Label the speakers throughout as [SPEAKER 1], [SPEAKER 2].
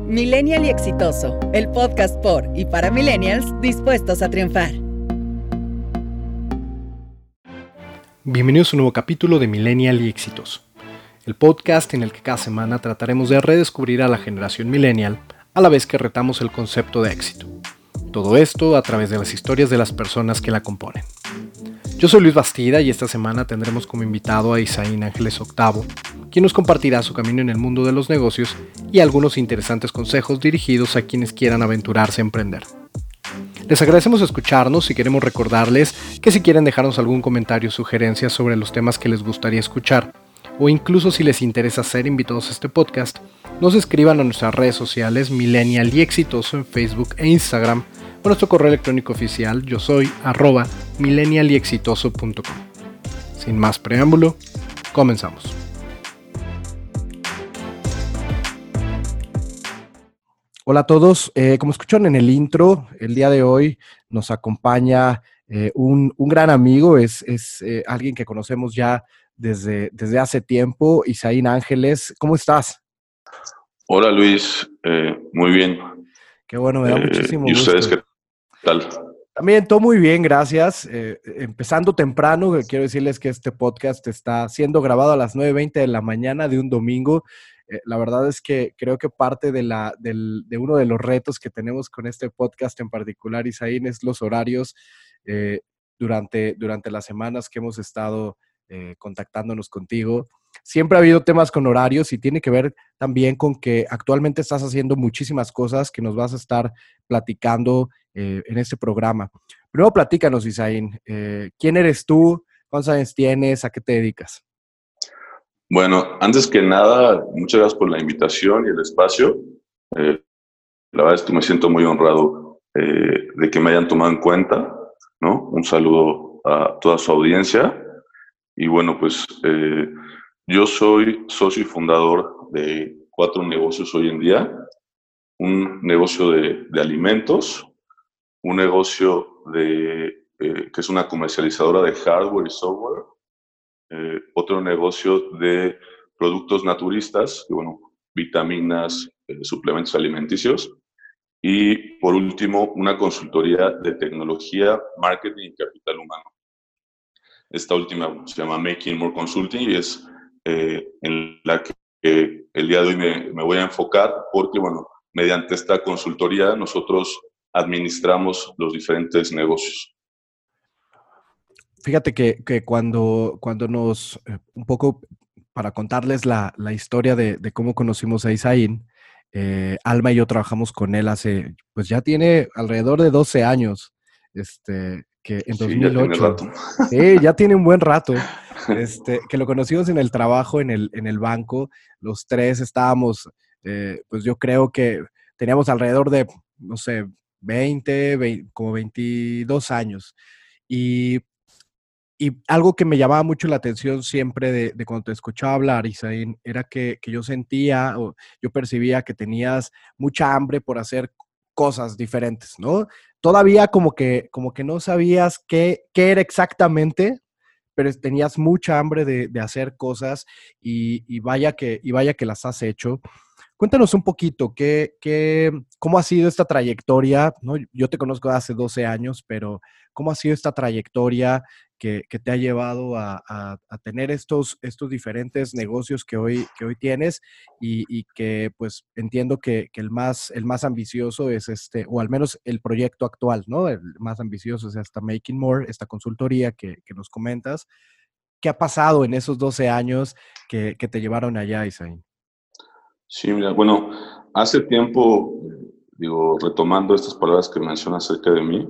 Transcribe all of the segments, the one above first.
[SPEAKER 1] Millennial y Exitoso, el podcast por y para millennials dispuestos a triunfar.
[SPEAKER 2] Bienvenidos a un nuevo capítulo de Millennial y Exitoso, el podcast en el que cada semana trataremos de redescubrir a la generación millennial a la vez que retamos el concepto de éxito. Todo esto a través de las historias de las personas que la componen. Yo soy Luis Bastida y esta semana tendremos como invitado a Isaín Ángeles VIII, quien nos compartirá su camino en el mundo de los negocios y algunos interesantes consejos dirigidos a quienes quieran aventurarse a emprender. Les agradecemos escucharnos y queremos recordarles que si quieren dejarnos algún comentario o sugerencia sobre los temas que les gustaría escuchar, o incluso si les interesa ser invitados a este podcast, nos escriban a nuestras redes sociales Millennial y Exitoso en Facebook e Instagram, o nuestro correo electrónico oficial yo soy @millennialyexitoso.com. Sin más preámbulo, comenzamos. Hola a todos, como escucharon en el intro, el día de hoy nos acompaña un gran amigo, es alguien que conocemos ya desde hace tiempo, Isaín Ángeles. ¿Cómo estás?
[SPEAKER 3] Hola Luis, muy bien.
[SPEAKER 2] Qué bueno, me da muchísimo gusto.
[SPEAKER 3] ¿Y ustedes qué tal?
[SPEAKER 2] También todo muy bien, gracias. Empezando temprano, quiero decirles que este podcast está siendo grabado a las 9:20 de la mañana de un domingo. La verdad es que creo que parte de uno de los retos que tenemos con este podcast en particular, Isaín, es los horarios durante las semanas que hemos estado contactándonos contigo. Siempre ha habido temas con horarios y tiene que ver también con que actualmente estás haciendo muchísimas cosas que nos vas a estar platicando en este programa. Primero platícanos, Isaín. ¿Quién eres tú? ¿Cuántos años tienes? ¿A qué te dedicas?
[SPEAKER 3] Bueno, antes que nada, muchas gracias por la invitación y el espacio. La verdad es que me siento muy honrado de que me hayan tomado en cuenta, ¿no? Un saludo a toda su audiencia. Y bueno, pues yo soy socio y fundador de 4 negocios hoy en día. Un negocio de alimentos, un negocio que es una comercializadora de hardware y software, otro negocio de productos naturistas, que, bueno, vitaminas, suplementos alimenticios, y por último, una consultoría de tecnología, marketing y capital humano. Esta última se llama Making More Consulting y es en la que el día de hoy me voy a enfocar porque, bueno, mediante esta consultoría nosotros administramos los diferentes negocios.
[SPEAKER 2] Fíjate que cuando nos, un poco para contarles la historia de cómo conocimos a Isaín, Alma y yo trabajamos con él pues ya tiene alrededor de 12 años, que en 2008.
[SPEAKER 3] Sí, ya tiene rato.
[SPEAKER 2] Sí, ya tiene un buen rato, que lo conocimos en el trabajo, en el banco. Los tres estábamos, pues yo creo que teníamos alrededor de, no sé, 20 como 22 años. Y algo que me llamaba mucho la atención siempre de cuando te escuchaba hablar, Isaín, era que yo sentía o yo percibía que tenías mucha hambre por hacer cosas diferentes, ¿no? Todavía como que no sabías qué era exactamente, pero tenías mucha hambre de hacer cosas y vaya que las has hecho. Cuéntanos un poquito, ¿cómo ha sido esta trayectoria? ¿No? Yo te conozco hace 12 años, pero ¿cómo ha sido esta trayectoria que te ha llevado a tener estos diferentes negocios que hoy tienes y que pues entiendo que el más ambicioso es o al menos el proyecto actual, ¿no? El más ambicioso es esta Making More, esta consultoría que nos comentas. ¿Qué ha pasado en esos 12 años que te llevaron allá, Isaín?
[SPEAKER 3] Sí, mira, bueno, hace tiempo, retomando estas palabras que mencionas acerca de mí,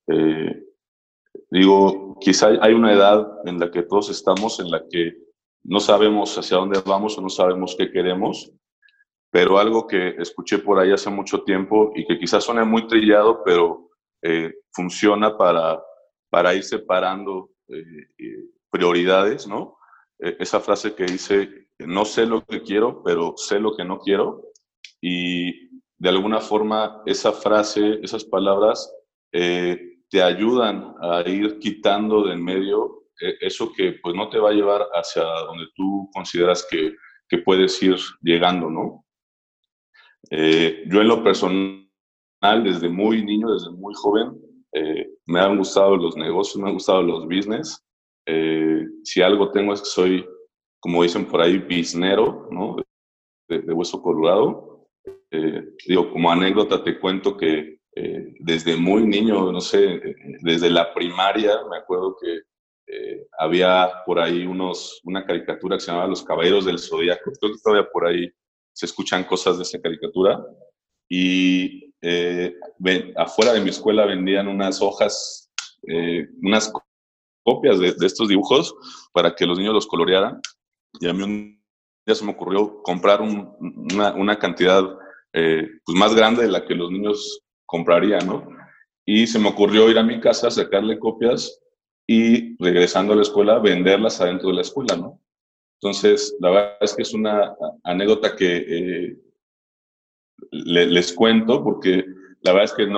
[SPEAKER 3] quizá hay una edad en la que todos estamos en la que no sabemos hacia dónde vamos o no sabemos qué queremos, pero algo que escuché por ahí hace mucho tiempo y que quizás suene muy trillado, pero funciona para ir separando prioridades, ¿no? Esa frase que dice, no sé lo que quiero, pero sé lo que no quiero. Y de alguna forma esa frase, esas palabras te ayudan a ir quitando de en medio eso que pues no te va a llevar hacia donde tú consideras que puedes ir llegando, ¿no? Yo en lo personal, desde muy niño, desde muy joven, me han gustado los negocios, me han gustado los business. Si algo tengo es que soy, como dicen por ahí, biznero, ¿no? De hueso colorado. Digo, como anécdota te cuento que desde muy niño, no sé, desde la primaria, me acuerdo que había por ahí una caricatura que se llamaba Los Caballeros del Zodíaco. Creo que todavía por ahí se escuchan cosas de esa caricatura. Y afuera de mi escuela vendían unas hojas, unas copias de estos dibujos para que los niños los colorearan. Y a mí un día se me ocurrió comprar una cantidad pues más grande de la que los niños comprarían, ¿no? Y se me ocurrió ir a mi casa, sacarle copias y regresando a la escuela, venderlas adentro de la escuela, ¿no? Entonces, la verdad es que es una anécdota que les cuento porque la verdad es que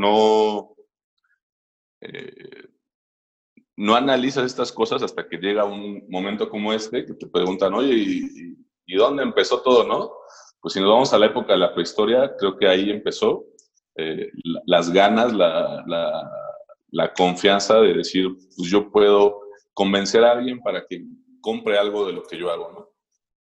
[SPEAKER 3] eh, no analizas estas cosas hasta que llega un momento como este que te preguntan, oye, ¿y dónde empezó todo, no? Pues si nos vamos a la época de la prehistoria, creo que ahí empezó las ganas, la confianza de decir, pues yo puedo convencer a alguien para que compre algo de lo que yo hago, ¿no?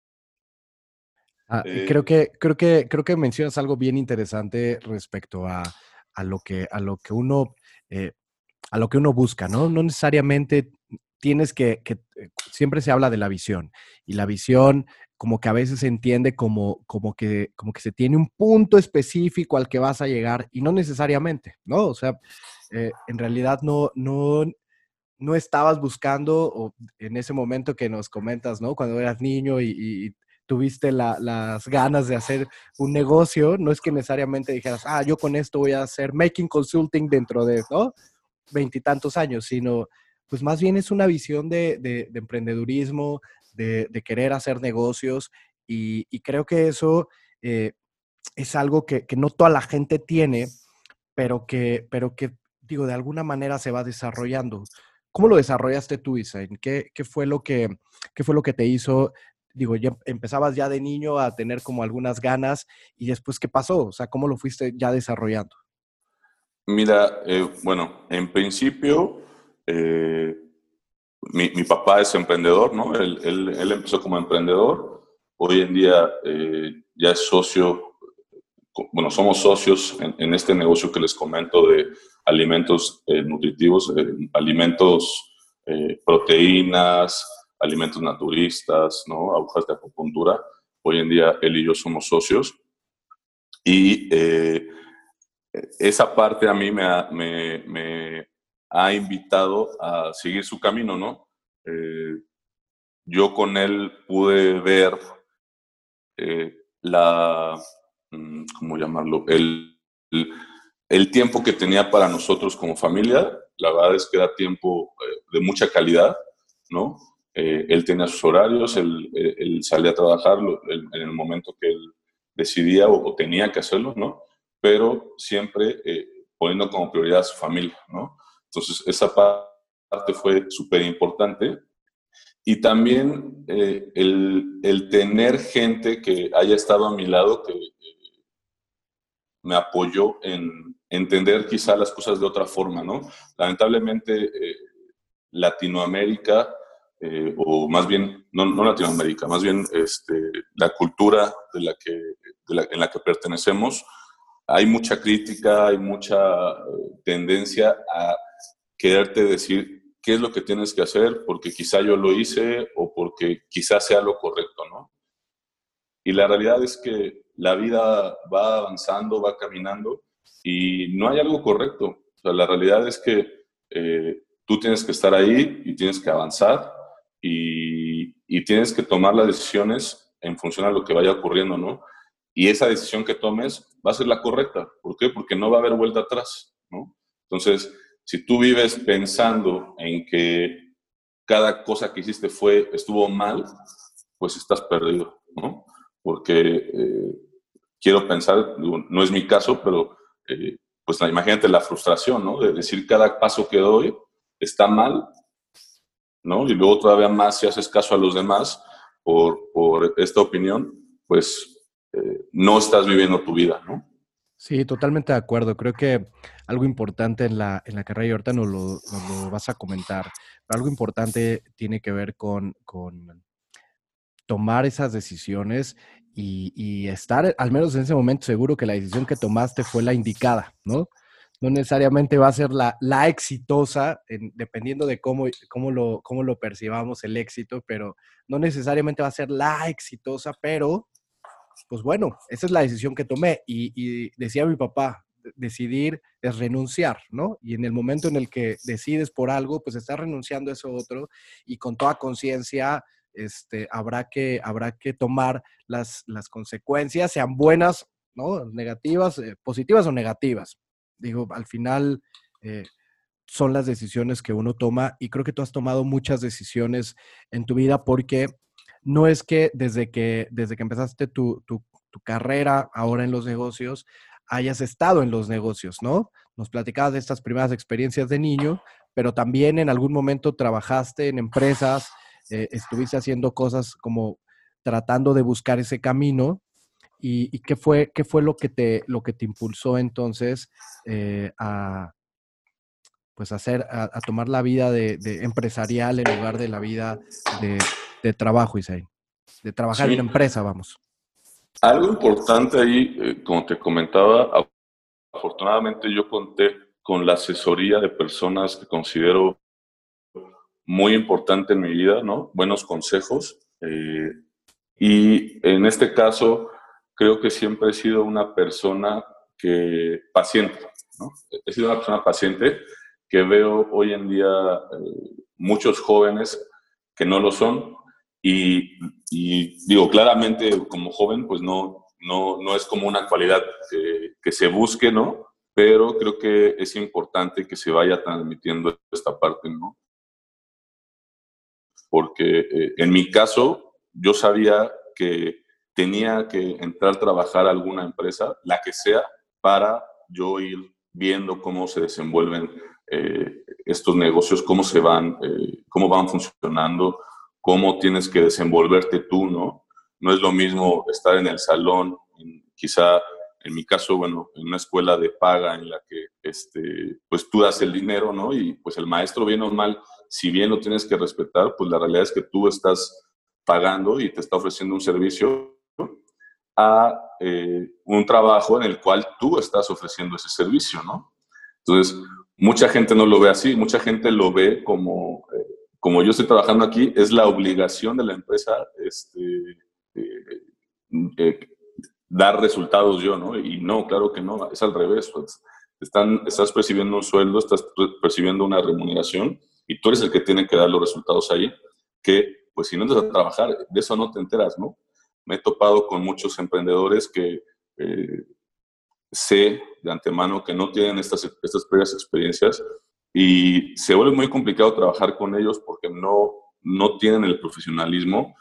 [SPEAKER 2] Creo que mencionas algo bien interesante respecto a lo que uno eh, a lo que uno busca, ¿no? No necesariamente tienes siempre se habla de la visión y la visión como que a veces se entiende como que se tiene un punto específico al que vas a llegar y no necesariamente, ¿no? O sea, en realidad no estabas buscando o en ese momento que nos comentas, ¿no? Cuando eras niño y tuviste las ganas de hacer un negocio, no es que necesariamente dijeras, yo con esto voy a hacer making consulting dentro de, ¿no? Veintitantos años, sino pues más bien es una visión de emprendedurismo, de querer hacer negocios y creo que eso es algo que no toda la gente tiene, pero que, digo, de alguna manera se va desarrollando. ¿Cómo lo desarrollaste tú, Isaín? ¿Qué fue qué fue lo que te hizo? Digo, ya empezabas ya de niño a tener como algunas ganas y después, ¿qué pasó? O sea, ¿cómo lo fuiste ya desarrollando?
[SPEAKER 3] Mira, bueno, en principio, eh, mi papá es emprendedor, ¿no? Él empezó como emprendedor. Hoy en día ya es socio, bueno, somos socios en este negocio que les comento de alimentos nutritivos, alimentos, proteínas, alimentos naturistas, ¿no? Agujas de acupuntura. Hoy en día él y yo somos socios. Y esa parte a mí me ha invitado a seguir su camino, ¿no? Yo con él pude ver la, ¿cómo llamarlo? El tiempo que tenía para nosotros como familia. La verdad es que era tiempo de mucha calidad, ¿no? Él tenía sus horarios, él salía a trabajar en el momento que él decidía o tenía que hacerlo, ¿no? Pero siempre poniendo como prioridad a su familia, ¿no? Entonces, esa parte fue súper importante. Y también el tener gente que haya estado a mi lado, que me apoyó en entender quizá las cosas de otra forma, ¿no? Lamentablemente, Latinoamérica, o más bien, no Latinoamérica, más bien la cultura en la que pertenecemos, hay mucha crítica, hay mucha tendencia a quererte decir qué es lo que tienes que hacer porque quizá yo lo hice o porque quizá sea lo correcto, ¿no? Y la realidad es que la vida va avanzando, va caminando y no hay algo correcto. O sea, la realidad es que tú tienes que estar ahí y tienes que avanzar y tienes que tomar las decisiones en función a lo que vaya ocurriendo, ¿no? Y esa decisión que tomes va a ser la correcta. ¿Por qué? Porque no va a haber vuelta atrás, ¿no? Entonces, si tú vives pensando en que cada cosa que hiciste estuvo mal, pues estás perdido, ¿no? Porque quiero pensar, no es mi caso, pero pues imagínate la frustración, ¿no? De decir cada paso que doy está mal, ¿no? Y luego todavía más si haces caso a los demás por esta opinión, pues no estás viviendo tu vida, ¿no?
[SPEAKER 2] Sí, totalmente de acuerdo. Creo que algo importante en la carrera, y ahorita nos lo vas a comentar, pero algo importante tiene que ver con tomar esas decisiones y estar, al menos en ese momento, seguro que la decisión que tomaste fue la indicada, ¿no? No necesariamente va a ser la exitosa, dependiendo de cómo lo percibamos el éxito, pero no necesariamente va a ser la exitosa, pero pues bueno, esa es la decisión que tomé. Y decía mi papá, decidir es renunciar, ¿no? Y en el momento en el que decides por algo, pues estás renunciando a eso otro y con toda conciencia habrá que tomar las consecuencias, sean buenas, ¿no? Negativas, positivas o negativas. Digo, al final son las decisiones que uno toma y creo que tú has tomado muchas decisiones en tu vida porque no es que desde que empezaste tu carrera ahora en los negocios, hayas estado en los negocios, ¿no? Nos platicabas de estas primeras experiencias de niño, pero también en algún momento trabajaste en empresas, estuviste haciendo cosas como tratando de buscar ese camino. ¿Y qué fue lo que te impulsó entonces a pues a tomar la vida de empresarial en lugar de la vida de trabajo, Isaí? De trabajar en una
[SPEAKER 3] Sí,
[SPEAKER 2] empresa, vamos.
[SPEAKER 3] algo importante ahí, como te comentaba, afortunadamente yo conté con la asesoría de personas que considero muy importante en mi vida, ¿no? Buenos consejos. Y en este caso, creo que siempre he sido una persona paciente, ¿no? He sido una persona paciente que veo hoy en día muchos jóvenes que no lo son y digo, claramente como joven, pues no es como una cualidad que se busque, ¿no? Pero creo que es importante que se vaya transmitiendo esta parte, ¿no? Porque en mi caso yo sabía que tenía que entrar a trabajar a alguna empresa, la que sea, para yo ir viendo cómo se desenvuelven estos negocios, cómo van funcionando, cómo tienes que desenvolverte tú, ¿no? No es lo mismo estar en el salón, quizá en mi caso, bueno, en una escuela de paga en la que pues tú das el dinero, ¿no? Y pues el maestro, bien o mal, si bien lo tienes que respetar, pues la realidad es que tú estás pagando y te está ofreciendo un servicio a un trabajo en el cual tú estás ofreciendo ese servicio, ¿no? Entonces, mucha gente no lo ve así, mucha gente lo ve como yo estoy trabajando aquí, es la obligación de la empresa eh, eh, dar resultados yo, ¿no? Y no, claro que no, es al revés, pues estás percibiendo un sueldo, estás percibiendo una remuneración y tú eres el que tiene que dar los resultados ahí, que pues si no entras a trabajar, de eso no te enteras, ¿no? Me he topado con muchos emprendedores que sé de antemano que no tienen estas previas experiencias y se vuelve muy complicado trabajar con ellos porque no tienen el profesionalismo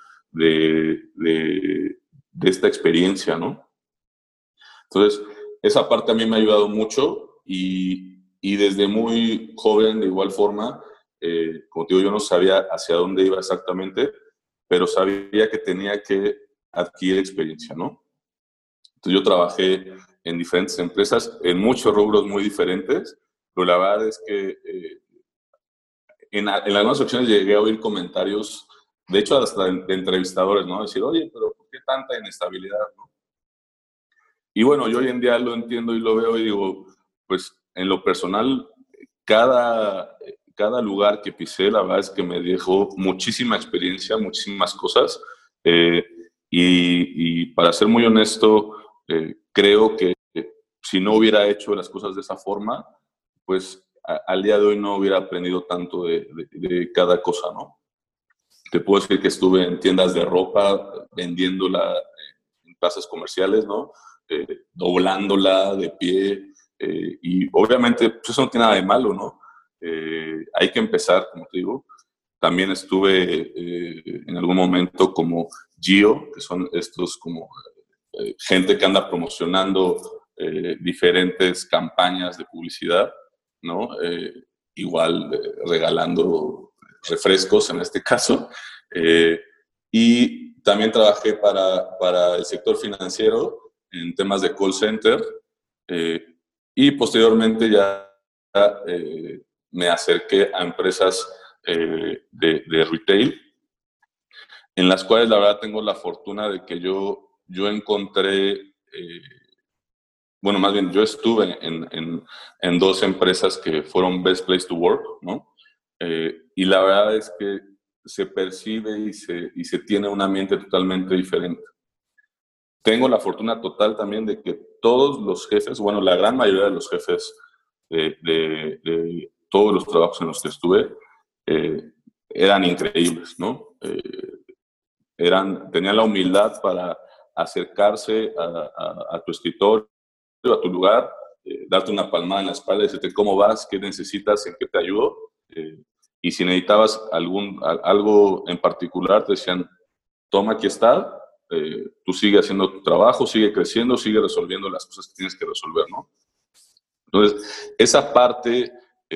[SPEAKER 3] de esta experiencia, ¿no? Entonces, esa parte a mí me ha ayudado mucho y desde muy joven, de igual forma, como te digo, yo no sabía hacia dónde iba exactamente, pero sabía que tenía que adquirir experiencia, ¿no? Entonces, yo trabajé en diferentes empresas, en muchos rubros muy diferentes, pero la verdad es que en algunas ocasiones llegué a oír comentarios, de hecho, hasta de entrevistadores, ¿no? Decir, oye, pero ¿por qué tanta inestabilidad, no? Y bueno, yo hoy en día lo entiendo y lo veo y digo, pues en lo personal, cada lugar que pisé, la verdad es que me dejó muchísima experiencia, muchísimas cosas. eh, y para ser muy honesto, creo que si no hubiera hecho las cosas de esa forma, pues al día de hoy no hubiera aprendido tanto de cada cosa, ¿no? Te puedo decir que estuve en tiendas de ropa vendiéndola en plazas comerciales, ¿no? Doblándola de pie. Y obviamente pues eso no tiene nada de malo, ¿no? Hay que empezar, como te digo. También estuve en algún momento como Gio, que son estos como gente que anda promocionando diferentes campañas de publicidad, ¿no? Igual regalando refrescos en este caso. Y también trabajé para el sector financiero en temas de call center, y posteriormente ya me acerqué a empresas de retail, en las cuales la verdad tengo la fortuna de que yo encontré, bueno, más bien yo estuve en dos empresas que fueron Best Place to Work, ¿no? Y la verdad es que se percibe y se tiene un ambiente totalmente diferente. Tengo la fortuna total también de que todos los jefes, bueno, la gran mayoría de los jefes de todos los trabajos en los que estuve, eran increíbles, ¿no? Tenían la humildad para acercarse a tu escritorio, a tu lugar, darte una palmada en la espalda y decirte cómo vas, qué necesitas, en qué te ayudo. Y si necesitabas algo en particular, te decían, toma, aquí está, tú sigue haciendo tu trabajo, sigue creciendo, sigue resolviendo las cosas que tienes que resolver, ¿no? Entonces, esa parte,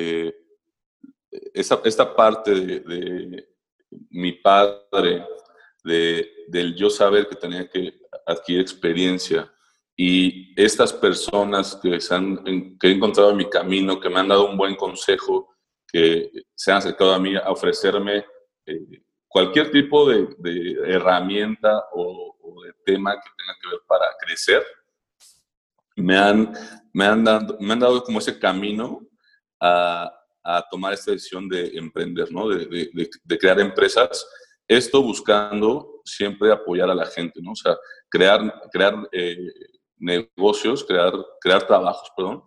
[SPEAKER 3] esta parte de mi padre, del yo saber que tenía que adquirir experiencia, y estas personas que he encontrado en mi camino, que me han dado un buen consejo, que se han acercado a mí a ofrecerme cualquier tipo de herramienta o de tema que tenga que ver para crecer, me han dado como ese camino a tomar esta decisión de emprender, ¿no? De crear empresas. Esto buscando siempre apoyar a la gente, ¿no? O sea, crear negocios, crear trabajos, perdón,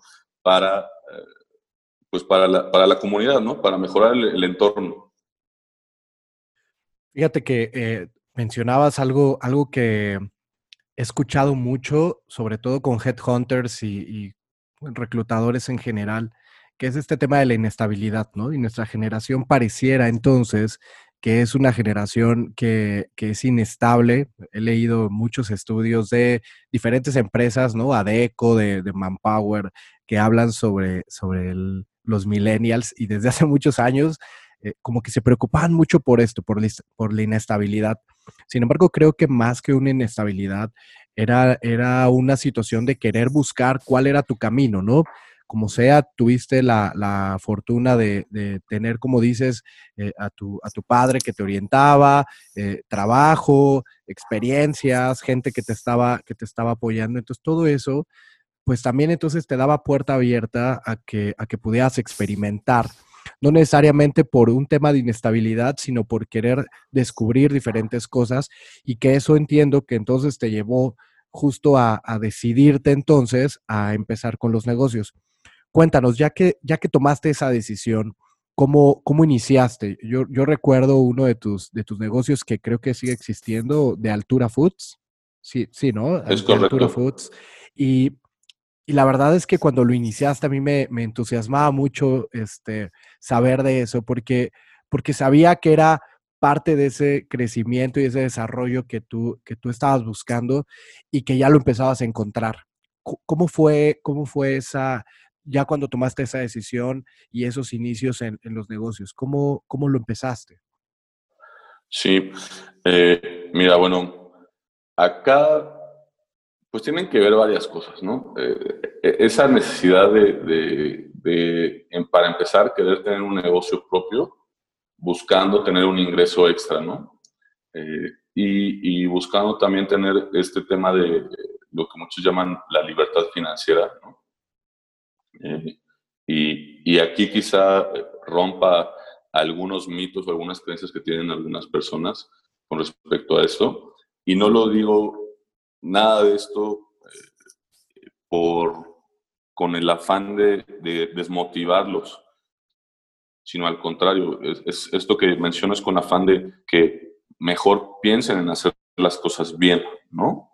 [SPEAKER 3] pues para la comunidad, ¿no? Para mejorar el entorno.
[SPEAKER 2] Fíjate que mencionabas algo que he escuchado mucho, sobre todo con headhunters y reclutadores en general, que es este tema de la inestabilidad, ¿no? Y nuestra generación pareciera entonces que es una generación que es inestable. He leído muchos estudios de diferentes empresas, ¿no? Adecco, de Manpower, que hablan sobre los millennials, y desde hace muchos años como que se preocupaban mucho por esto, por la inestabilidad. Sin embargo, creo que más que una inestabilidad, era una situación de querer buscar cuál era tu camino, ¿no? Como sea, tuviste la fortuna de tener, como dices, a tu padre que te orientaba, trabajo, experiencias, gente que te estaba apoyando. Entonces, todo eso, pues también entonces te daba puerta abierta a que pudieras experimentar, no necesariamente por un tema de inestabilidad, sino por querer descubrir diferentes cosas, y que eso entiendo que entonces te llevó justo a decidirte entonces a empezar con los negocios. Cuéntanos, ya que tomaste esa decisión, ¿cómo iniciaste? Yo recuerdo uno de tus negocios que creo que sigue existiendo, de Altura Foods. Sí, sí, ¿no?
[SPEAKER 3] Es
[SPEAKER 2] De Altura
[SPEAKER 3] correcto.
[SPEAKER 2] Foods. Y y la verdad es que cuando lo iniciaste a mí me entusiasmaba mucho saber de eso, porque sabía que era parte de ese crecimiento y ese desarrollo que tú estabas buscando, y que ya lo empezabas a encontrar. ¿Cómo fue ya cuando tomaste esa decisión y esos inicios en los negocios? ¿Cómo lo empezaste?
[SPEAKER 3] Sí. Mira, bueno, acá pues tienen que ver varias cosas, ¿no? Esa necesidad para empezar, querer tener un negocio propio, buscando tener un ingreso extra, ¿no? Y buscando también tener este tema de lo que muchos llaman la libertad financiera, ¿no? Y aquí quizá rompa algunos mitos o algunas creencias que tienen algunas personas con respecto a esto. Y no lo digo nada de esto con el afán de desmotivarlos, sino al contrario, esto que menciono es con afán de que mejor piensen en hacer las cosas bien, ¿no?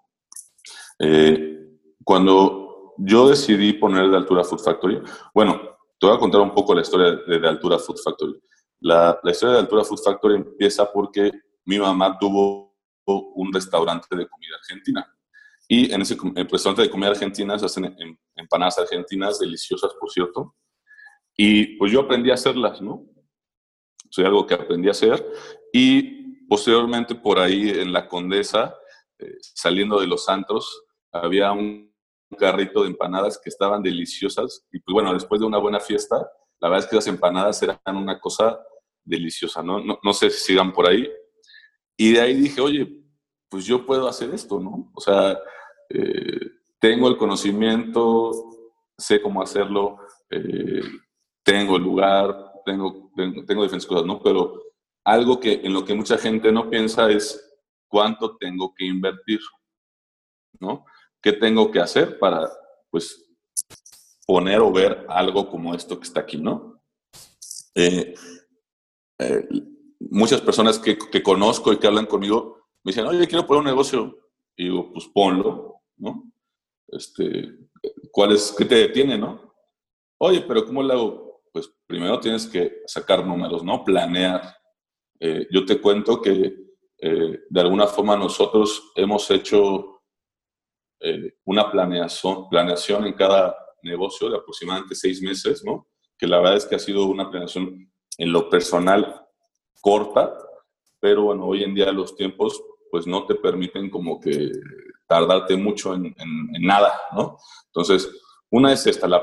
[SPEAKER 3] Cuando yo decidí poner de Altura Food Factory, bueno, te voy a contar un poco la historia de Altura Food Factory. La historia de Altura Food Factory empieza porque mi mamá tuvo un restaurante de comida argentina. Y en ese restaurante de comida argentina se hacen empanadas argentinas, deliciosas, por cierto. Y pues yo aprendí a hacerlas, ¿no? Soy algo que aprendí a hacer. Y posteriormente por ahí en la Condesa, saliendo de los antros, había un carrito de empanadas que estaban deliciosas. Y pues bueno, después de una buena fiesta, la verdad es que las empanadas eran una cosa deliciosa, ¿no? No sé si sigan por ahí. Y de ahí dije, oye, pues yo puedo hacer esto, ¿no? O sea, eh, tengo el conocimiento, sé cómo hacerlo, eh, tengo el lugar, tengo diferentes cosas, ¿no? Pero algo que en lo que mucha gente no piensa es cuánto tengo que invertir, ¿no? ¿Qué tengo que hacer para, pues, poner o ver algo como esto que está aquí, ¿no? Eh, eh, Muchas personas que conozco y que hablan conmigo me dicen, oye, quiero poner un negocio. Y digo, pues ponlo, ¿no? ¿Qué te detiene, no? Oye, pero ¿cómo lo hago? Pues primero tienes que sacar números, ¿no? Planear. Yo te cuento que de alguna forma nosotros hemos hecho una planeación en cada negocio de aproximadamente 6 meses, ¿no? Que la verdad es que ha sido una planeación en lo personal corta, pero bueno, hoy en día los tiempos pues no te permiten como que tardarte mucho en nada, ¿no? Entonces, una es esta,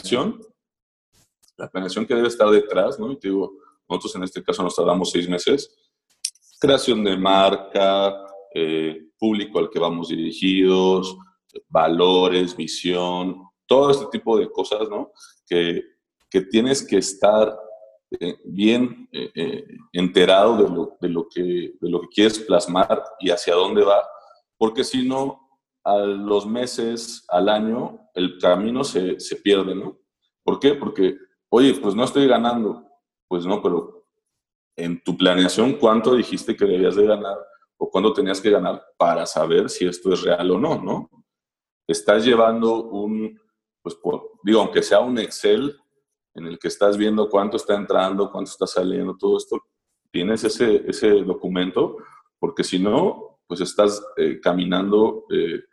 [SPEAKER 3] la planeación que debe estar detrás, ¿no? Y te digo, nosotros en este caso nos tardamos 6 meses, creación de marca, público al que vamos dirigidos, valores, visión, todo este tipo de cosas, ¿no? Que tienes que estar bien enterado de lo que quieres plasmar y hacia dónde va, porque si no, a los meses, al año, el camino se pierde, ¿no? ¿Por qué? Porque, oye, pues no estoy ganando, pues no, pero en tu planeación, ¿cuánto dijiste que debías de ganar o cuánto tenías que ganar para saber si esto es real o no, ¿no? Estás llevando pues digo, aunque sea un Excel en el que estás viendo cuánto está entrando, cuánto está saliendo, todo esto, tienes ese documento, porque si no, pues estás caminando,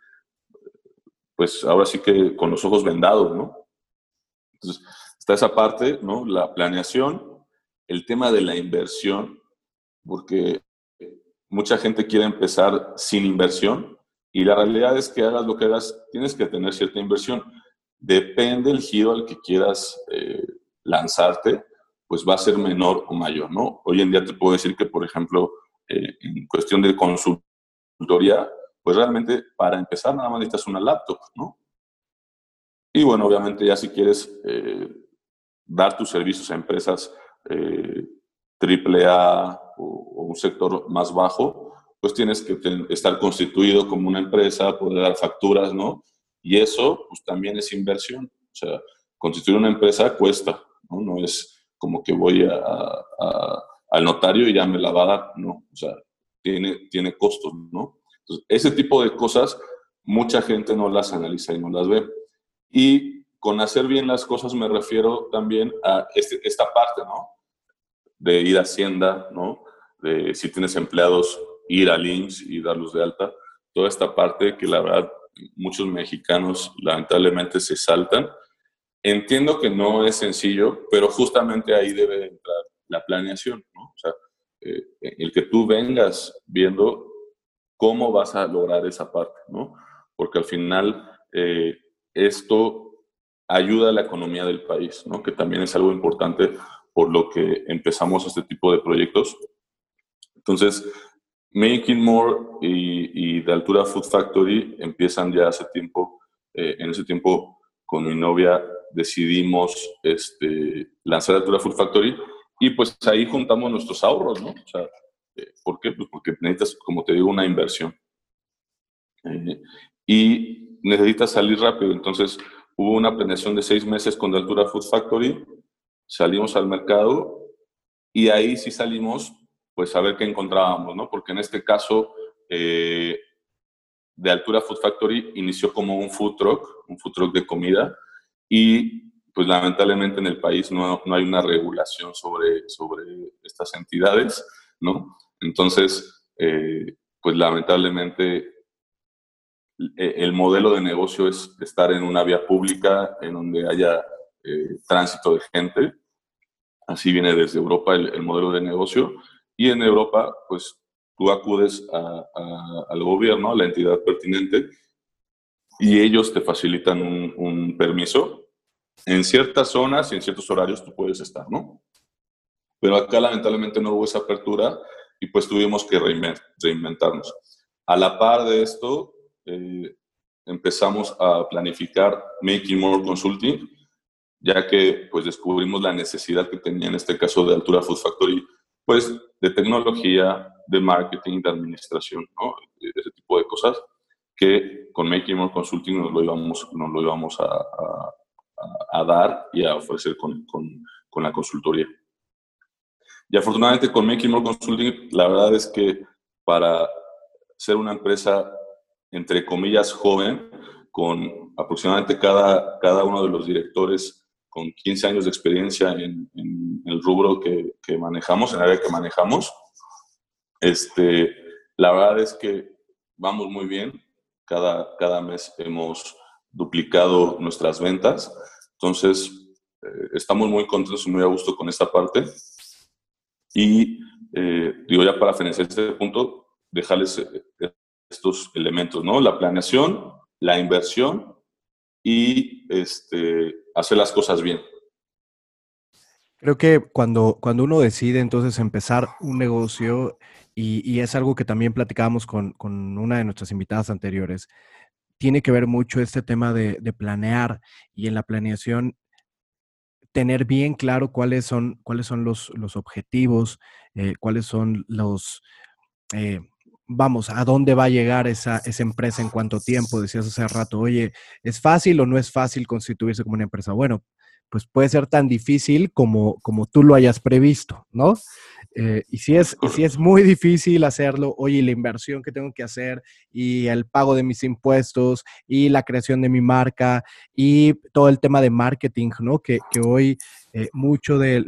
[SPEAKER 3] pues ahora sí que con los ojos vendados, ¿no? Entonces, está esa parte, ¿no? La planeación, el tema de la inversión, porque mucha gente quiere empezar sin inversión y la realidad es que hagas lo que hagas, tienes que tener cierta inversión. Depende del giro al que quieras lanzarte, pues va a ser menor o mayor, ¿no? Hoy en día te puedo decir que, por ejemplo, en cuestión de consultoría, pues realmente para empezar nada más necesitas una laptop, ¿no? Y bueno, obviamente ya si quieres dar tus servicios a empresas triple A o un sector más bajo, pues tienes que estar constituido como una empresa, poder dar facturas, ¿no? Y eso, pues también es inversión. O sea, constituir una empresa cuesta, ¿no? No es como que voy al notario y ya me la va a dar, no. O sea, tiene costos, ¿no? Entonces, ese tipo de cosas, mucha gente no las analiza y no las ve. Y con hacer bien las cosas me refiero también a esta parte, ¿no? De ir a Hacienda, ¿no? De si tienes empleados, ir al IMSS y darlos de alta. Toda esta parte que la verdad muchos mexicanos lamentablemente se saltan. Entiendo que no es sencillo, pero justamente ahí debe entrar la planeación, ¿no? O sea, el que tú vengas viendo cómo vas a lograr esa parte, ¿no? Porque al final esto ayuda a la economía del país, ¿no? Que también es algo importante por lo que empezamos este tipo de proyectos. Entonces, Making More y de Altura Food Factory empiezan ya hace tiempo. En ese tiempo, con mi novia, decidimos lanzar Altura Food Factory y pues ahí juntamos nuestros ahorros, ¿no? O sea, ¿por qué? Pues porque necesitas, como te digo, una inversión. Y necesitas salir rápido. Entonces, hubo una planeación de 6 meses con Altura Food Factory, salimos al mercado y ahí sí salimos pues a ver qué encontrábamos, ¿no? Porque en este caso de Altura Food Factory inició como un food truck de comida y pues lamentablemente en el país no hay una regulación sobre estas entidades, ¿no? Entonces, pues lamentablemente el modelo de negocio es estar en una vía pública en donde haya tránsito de gente. Así viene desde Europa el modelo de negocio. Y en Europa, pues tú acudes al gobierno, a la entidad pertinente, y ellos te facilitan un permiso. En ciertas zonas y en ciertos horarios tú puedes estar, ¿no? Pero acá lamentablemente no hubo esa apertura y pues tuvimos que reinventarnos. A la par de esto, empezamos a planificar Making More Consulting, ya que pues descubrimos la necesidad que tenía en este caso de Altura Food Factory, pues de tecnología, de marketing, de administración, ¿no? Ese tipo de cosas que con Making More Consulting nos lo íbamos a dar y a ofrecer con la consultoría. Y afortunadamente con Making More Consulting, la verdad es que para ser una empresa, entre comillas, joven, con aproximadamente cada uno de los directores con 15 años de experiencia en el rubro que manejamos, en el área que manejamos, la verdad es que vamos muy bien. Cada mes hemos duplicado nuestras ventas. Entonces, estamos muy contentos y muy a gusto con esta parte. Y digo, ya para finalizar este punto, dejarles estos elementos, ¿no? La planeación, la inversión y hacer las cosas bien.
[SPEAKER 2] Creo que cuando uno decide entonces empezar un negocio, y es algo que también platicábamos con una de nuestras invitadas anteriores, tiene que ver mucho este tema de planear, y en la planeación tener bien claro cuáles son los objetivos, cuáles son vamos, a dónde va a llegar esa empresa en cuánto tiempo. Decías hace rato, oye, ¿es fácil o no es fácil constituirse como una empresa? Bueno, pues puede ser tan difícil como tú lo hayas previsto, ¿no? Y si es muy difícil hacerlo, oye, la inversión que tengo que hacer y el pago de mis impuestos y la creación de mi marca y todo el tema de marketing, ¿no? Que hoy mucho de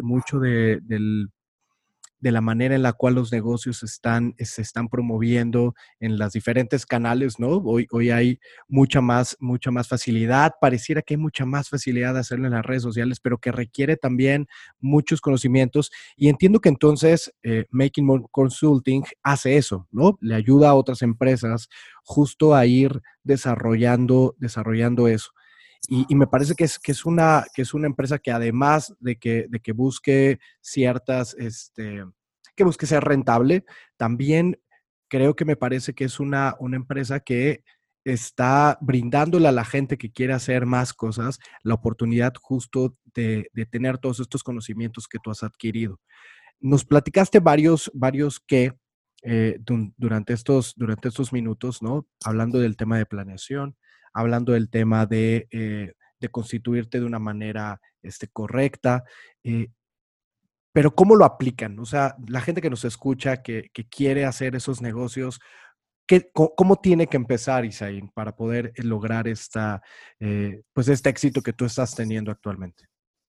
[SPEAKER 2] la manera en la cual los negocios se están promoviendo en los diferentes canales, ¿no? Hoy hay mucha más facilidad, pareciera que hay mucha más facilidad de hacerlo en las redes sociales, pero que requiere también muchos conocimientos. Y entiendo que entonces Making More Consulting hace eso, ¿no? Le ayuda a otras empresas justo a ir desarrollando eso. Y me parece que es una empresa que, además de que busque ciertas, que busque ser rentable, también creo que me parece que es una empresa que está brindándole a la gente que quiere hacer más cosas la oportunidad justo de tener todos estos conocimientos que tú has adquirido. Nos platicaste varios que durante estos minutos, ¿no? Hablando del tema de planeación, hablando del tema de constituirte de una manera correcta, pero ¿cómo lo aplican? O sea, la gente que nos escucha, que quiere hacer esos negocios, ¿cómo tiene que empezar, Isaín, para poder lograr pues este éxito que tú estás teniendo actualmente?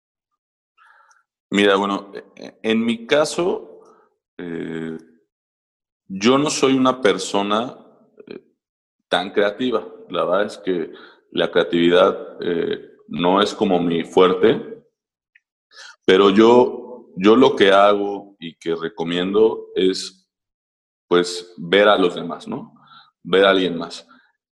[SPEAKER 3] Mira, bueno, en mi caso, yo no soy una persona tan creativa. La verdad es que la creatividad no es como mi fuerte, pero yo lo que hago y que recomiendo es, pues, ver a los demás, ¿no? Ver a alguien más.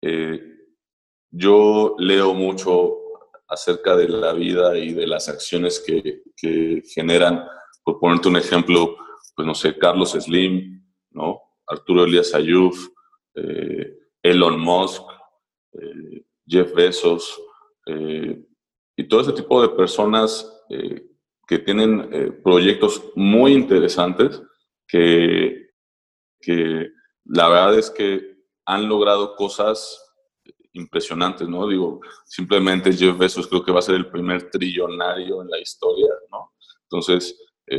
[SPEAKER 3] Yo leo mucho acerca de la vida y de las acciones que generan, por ponerte un ejemplo, pues no sé, Carlos Slim, ¿no? Arturo Elías Ayuf, Elon Musk, Jeff Bezos, y todo ese tipo de personas que tienen proyectos muy interesantes que la verdad es que han logrado cosas impresionantes, ¿no? Digo, simplemente Jeff Bezos creo que va a ser el primer trillonario en la historia, ¿no? Entonces,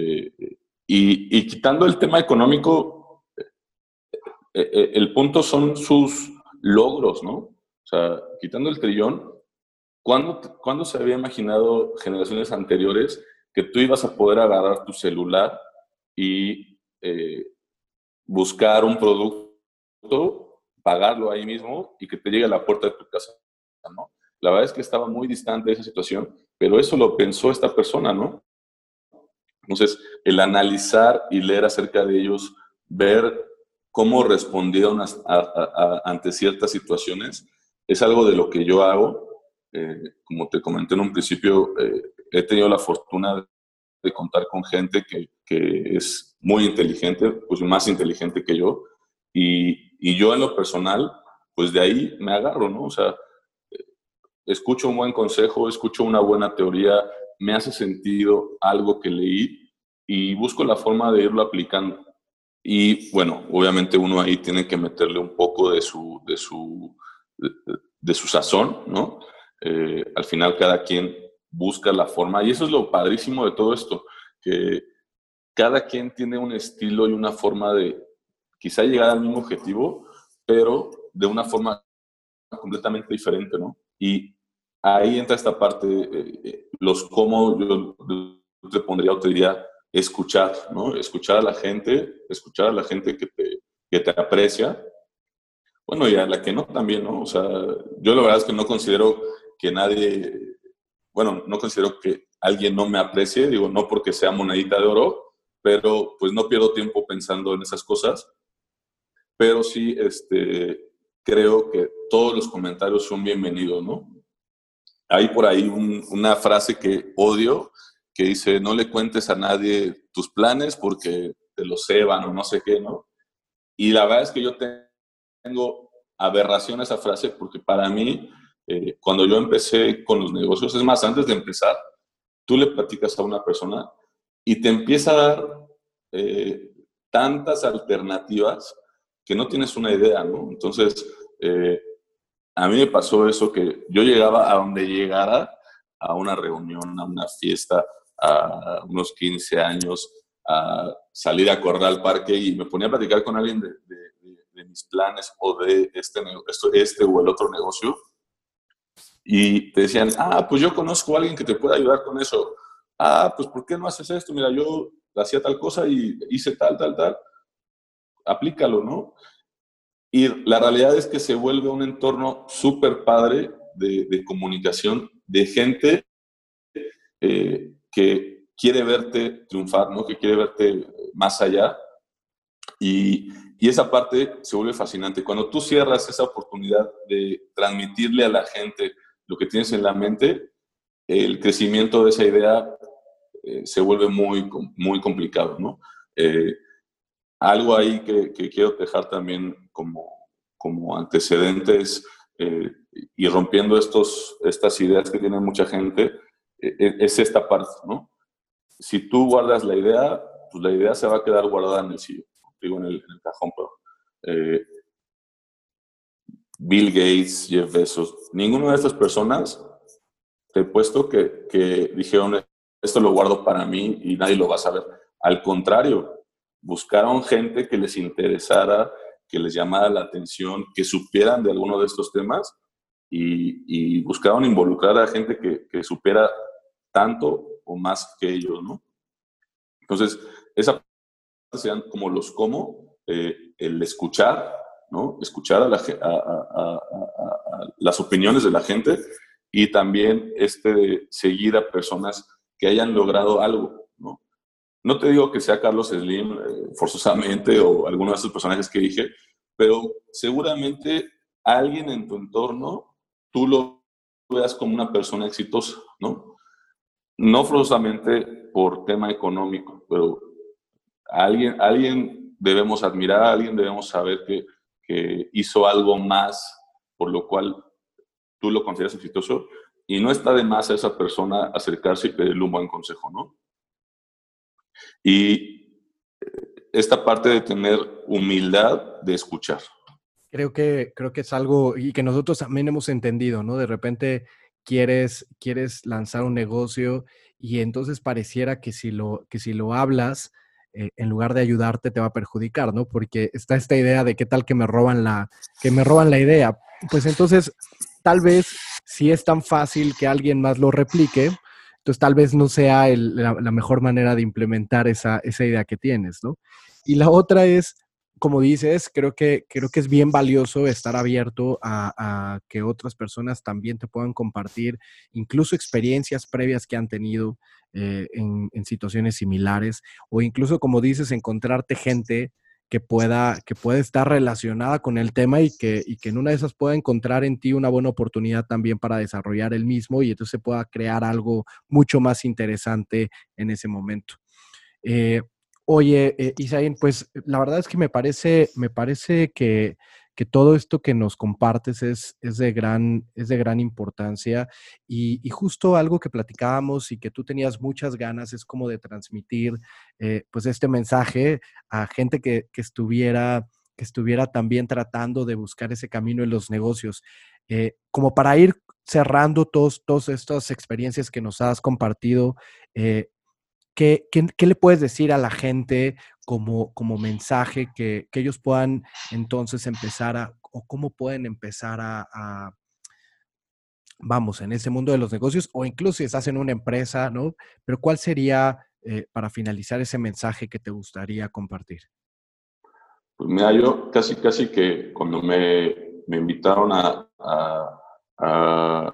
[SPEAKER 3] y quitando el tema económico, el punto son sus logros, ¿no? O sea, quitando el trillón, ¿cuándo se había imaginado generaciones anteriores que tú ibas a poder agarrar tu celular y buscar un producto, pagarlo ahí mismo y que te llegue a la puerta de tu casa, ¿no? La verdad es que estaba muy distante de esa situación, pero eso lo pensó esta persona, ¿no? Entonces, el analizar y leer acerca de ellos, ver cómo respondía ante ciertas situaciones, es algo de lo que yo hago. Como te comenté en un principio, he tenido la fortuna de contar con gente que es muy inteligente, pues más inteligente que yo, y yo en lo personal, pues de ahí me agarro, ¿no? O sea, escucho un buen consejo, escucho una buena teoría, me hace sentido algo que leí y busco la forma de irlo aplicando. Y bueno, obviamente uno ahí tiene que meterle un poco de su sazón, ¿no? Al final cada quien busca la forma, y eso es lo padrísimo de todo esto, que cada quien tiene un estilo y una forma de quizá llegar al mismo objetivo, pero de una forma completamente diferente, ¿no? Y ahí entra esta parte, los cómo yo te pondría o te diría escuchar, ¿no? Escuchar a la gente que te aprecia, bueno, y a la que no también, ¿no? O sea, yo la verdad es que no considero que nadie, bueno, no considero que alguien no me aprecie, digo, no porque sea monedita de oro, pero pues no pierdo tiempo pensando en esas cosas, pero sí, creo que todos los comentarios son bienvenidos, ¿no? Hay por ahí una frase que odio, que dice, no le cuentes a nadie tus planes porque te los ceban o no sé qué, ¿no? Y la verdad es que yo tengo aberración a esa frase porque para mí, cuando yo empecé con los negocios, es más, antes de empezar, tú le platicas a una persona y te empieza a dar eh, tantas alternativas que no tienes una idea, ¿no? Entonces, a mí me pasó eso, que yo llegaba a donde llegara, a una reunión, a una fiesta, a unos 15 años, a salir a correr al parque y me ponía a platicar con alguien de mis planes o de este o el otro negocio y te decían, ah, pues yo conozco a alguien que te puede ayudar con eso. Ah, pues ¿por qué no haces esto? Mira, yo hacía tal cosa y hice tal, aplícalo, ¿no? Y la realidad es que se vuelve un entorno súper padre de comunicación, de gente que quiere verte triunfar, ¿no? Que quiere verte más allá. Y esa parte se vuelve fascinante. Cuando tú cierras esa oportunidad de transmitirle a la gente lo que tienes en la mente, el crecimiento de esa idea se vuelve muy complicado, ¿no? Algo ahí que quiero dejar también como antecedentes y rompiendo estas ideas que tiene mucha gente, es esta parte, ¿no? Si tú guardas la idea, pues la idea se va a quedar guardada en el sillón, digo, en el cajón, pero Bill Gates, Jeff Bezos, ninguna de estas personas, te he puesto que dijeron, esto lo guardo para mí y nadie lo va a saber. Al contrario, buscaron gente que les interesara, que les llamara la atención, que supieran de alguno de estos temas y buscaron involucrar a gente que supiera tanto o más que ellos, ¿no? Entonces, esa parte serían como los cómo, el escuchar, ¿no? Escuchar a las opiniones de la gente y también de seguir a personas que hayan logrado algo, ¿no? No te digo que sea Carlos Slim forzosamente o alguno de esos personajes que dije, pero seguramente alguien en tu entorno tú lo veas como una persona exitosa, ¿no? No forzosamente por tema económico, pero alguien debemos admirar, alguien debemos saber que hizo algo más por lo cual tú lo consideras exitoso y no está de más a esa persona acercarse y pedirle un buen consejo, ¿no? Y esta parte de tener humildad de escuchar.
[SPEAKER 2] Creo que es algo y que nosotros también hemos entendido, ¿no? De repente quieres lanzar un negocio y entonces pareciera que si lo hablas, en lugar de ayudarte, te va a perjudicar, ¿no? Porque está esta idea de qué tal que me roban la idea. Pues entonces, tal vez si es tan fácil que alguien más lo replique, entonces tal vez no sea la mejor manera de implementar esa idea que tienes, ¿no? Y la otra es, como dices, creo que es bien valioso estar abierto a que otras personas también te puedan compartir incluso experiencias previas que han tenido en situaciones similares o incluso, como dices, encontrarte gente que pueda estar relacionada con el tema y que en una de esas pueda encontrar en ti una buena oportunidad también para desarrollar el mismo y entonces se pueda crear algo mucho más interesante en ese momento. Oye, Isaín, pues la verdad es que me parece que todo esto que nos compartes es de gran importancia y justo algo que platicábamos y que tú tenías muchas ganas es como de transmitir pues este mensaje a gente que estuviera también tratando de buscar ese camino en los negocios. Como para ir cerrando todas estas experiencias que nos has compartido, ¿qué le puedes decir a la gente como mensaje que ellos puedan entonces empezar o cómo pueden empezar vamos, en ese mundo de los negocios o incluso si estás en una empresa, ¿no? Pero ¿cuál sería, para finalizar, ese mensaje que te gustaría compartir?
[SPEAKER 3] Pues mira, yo casi que cuando me invitaron a,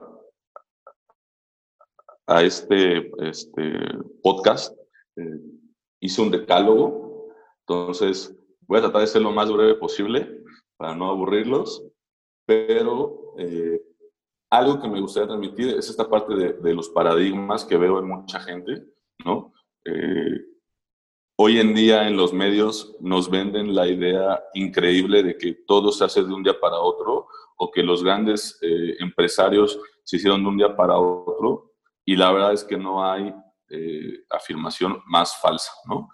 [SPEAKER 3] a este podcast, eh, hice un decálogo. Entonces voy a tratar de ser lo más breve posible para no aburrirlos, pero algo que me gustaría transmitir es esta parte de los paradigmas que veo en mucha gente, ¿no? Hoy en día en los medios nos venden la idea increíble de que todo se hace de un día para otro o que los grandes empresarios se hicieron de un día para otro y la verdad es que no hay afirmación más falsa, ¿no?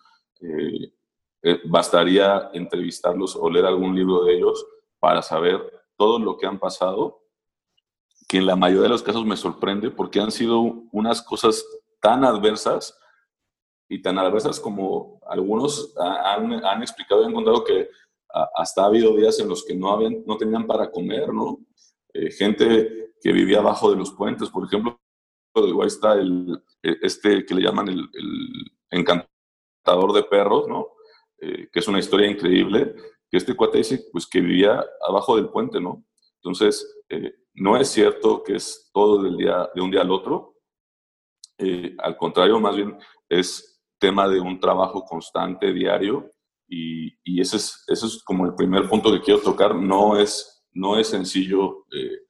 [SPEAKER 3] Bastaría entrevistarlos o leer algún libro de ellos para saber todo lo que han pasado, que en la mayoría de los casos me sorprende porque han sido unas cosas tan adversas y tan adversas como algunos han explicado y han contado que hasta ha habido días en los que no tenían para comer, ¿no? Gente que vivía abajo de los puentes, por ejemplo, igual está este que le llaman el encantador de perros, ¿no? Que es una historia increíble, que este cuate dice pues, que vivía abajo del puente, ¿no? Entonces, no es cierto que es todo de un día al otro, al contrario, más bien es tema de un trabajo constante, diario, y ese es como el primer punto que quiero tocar. No es sencillo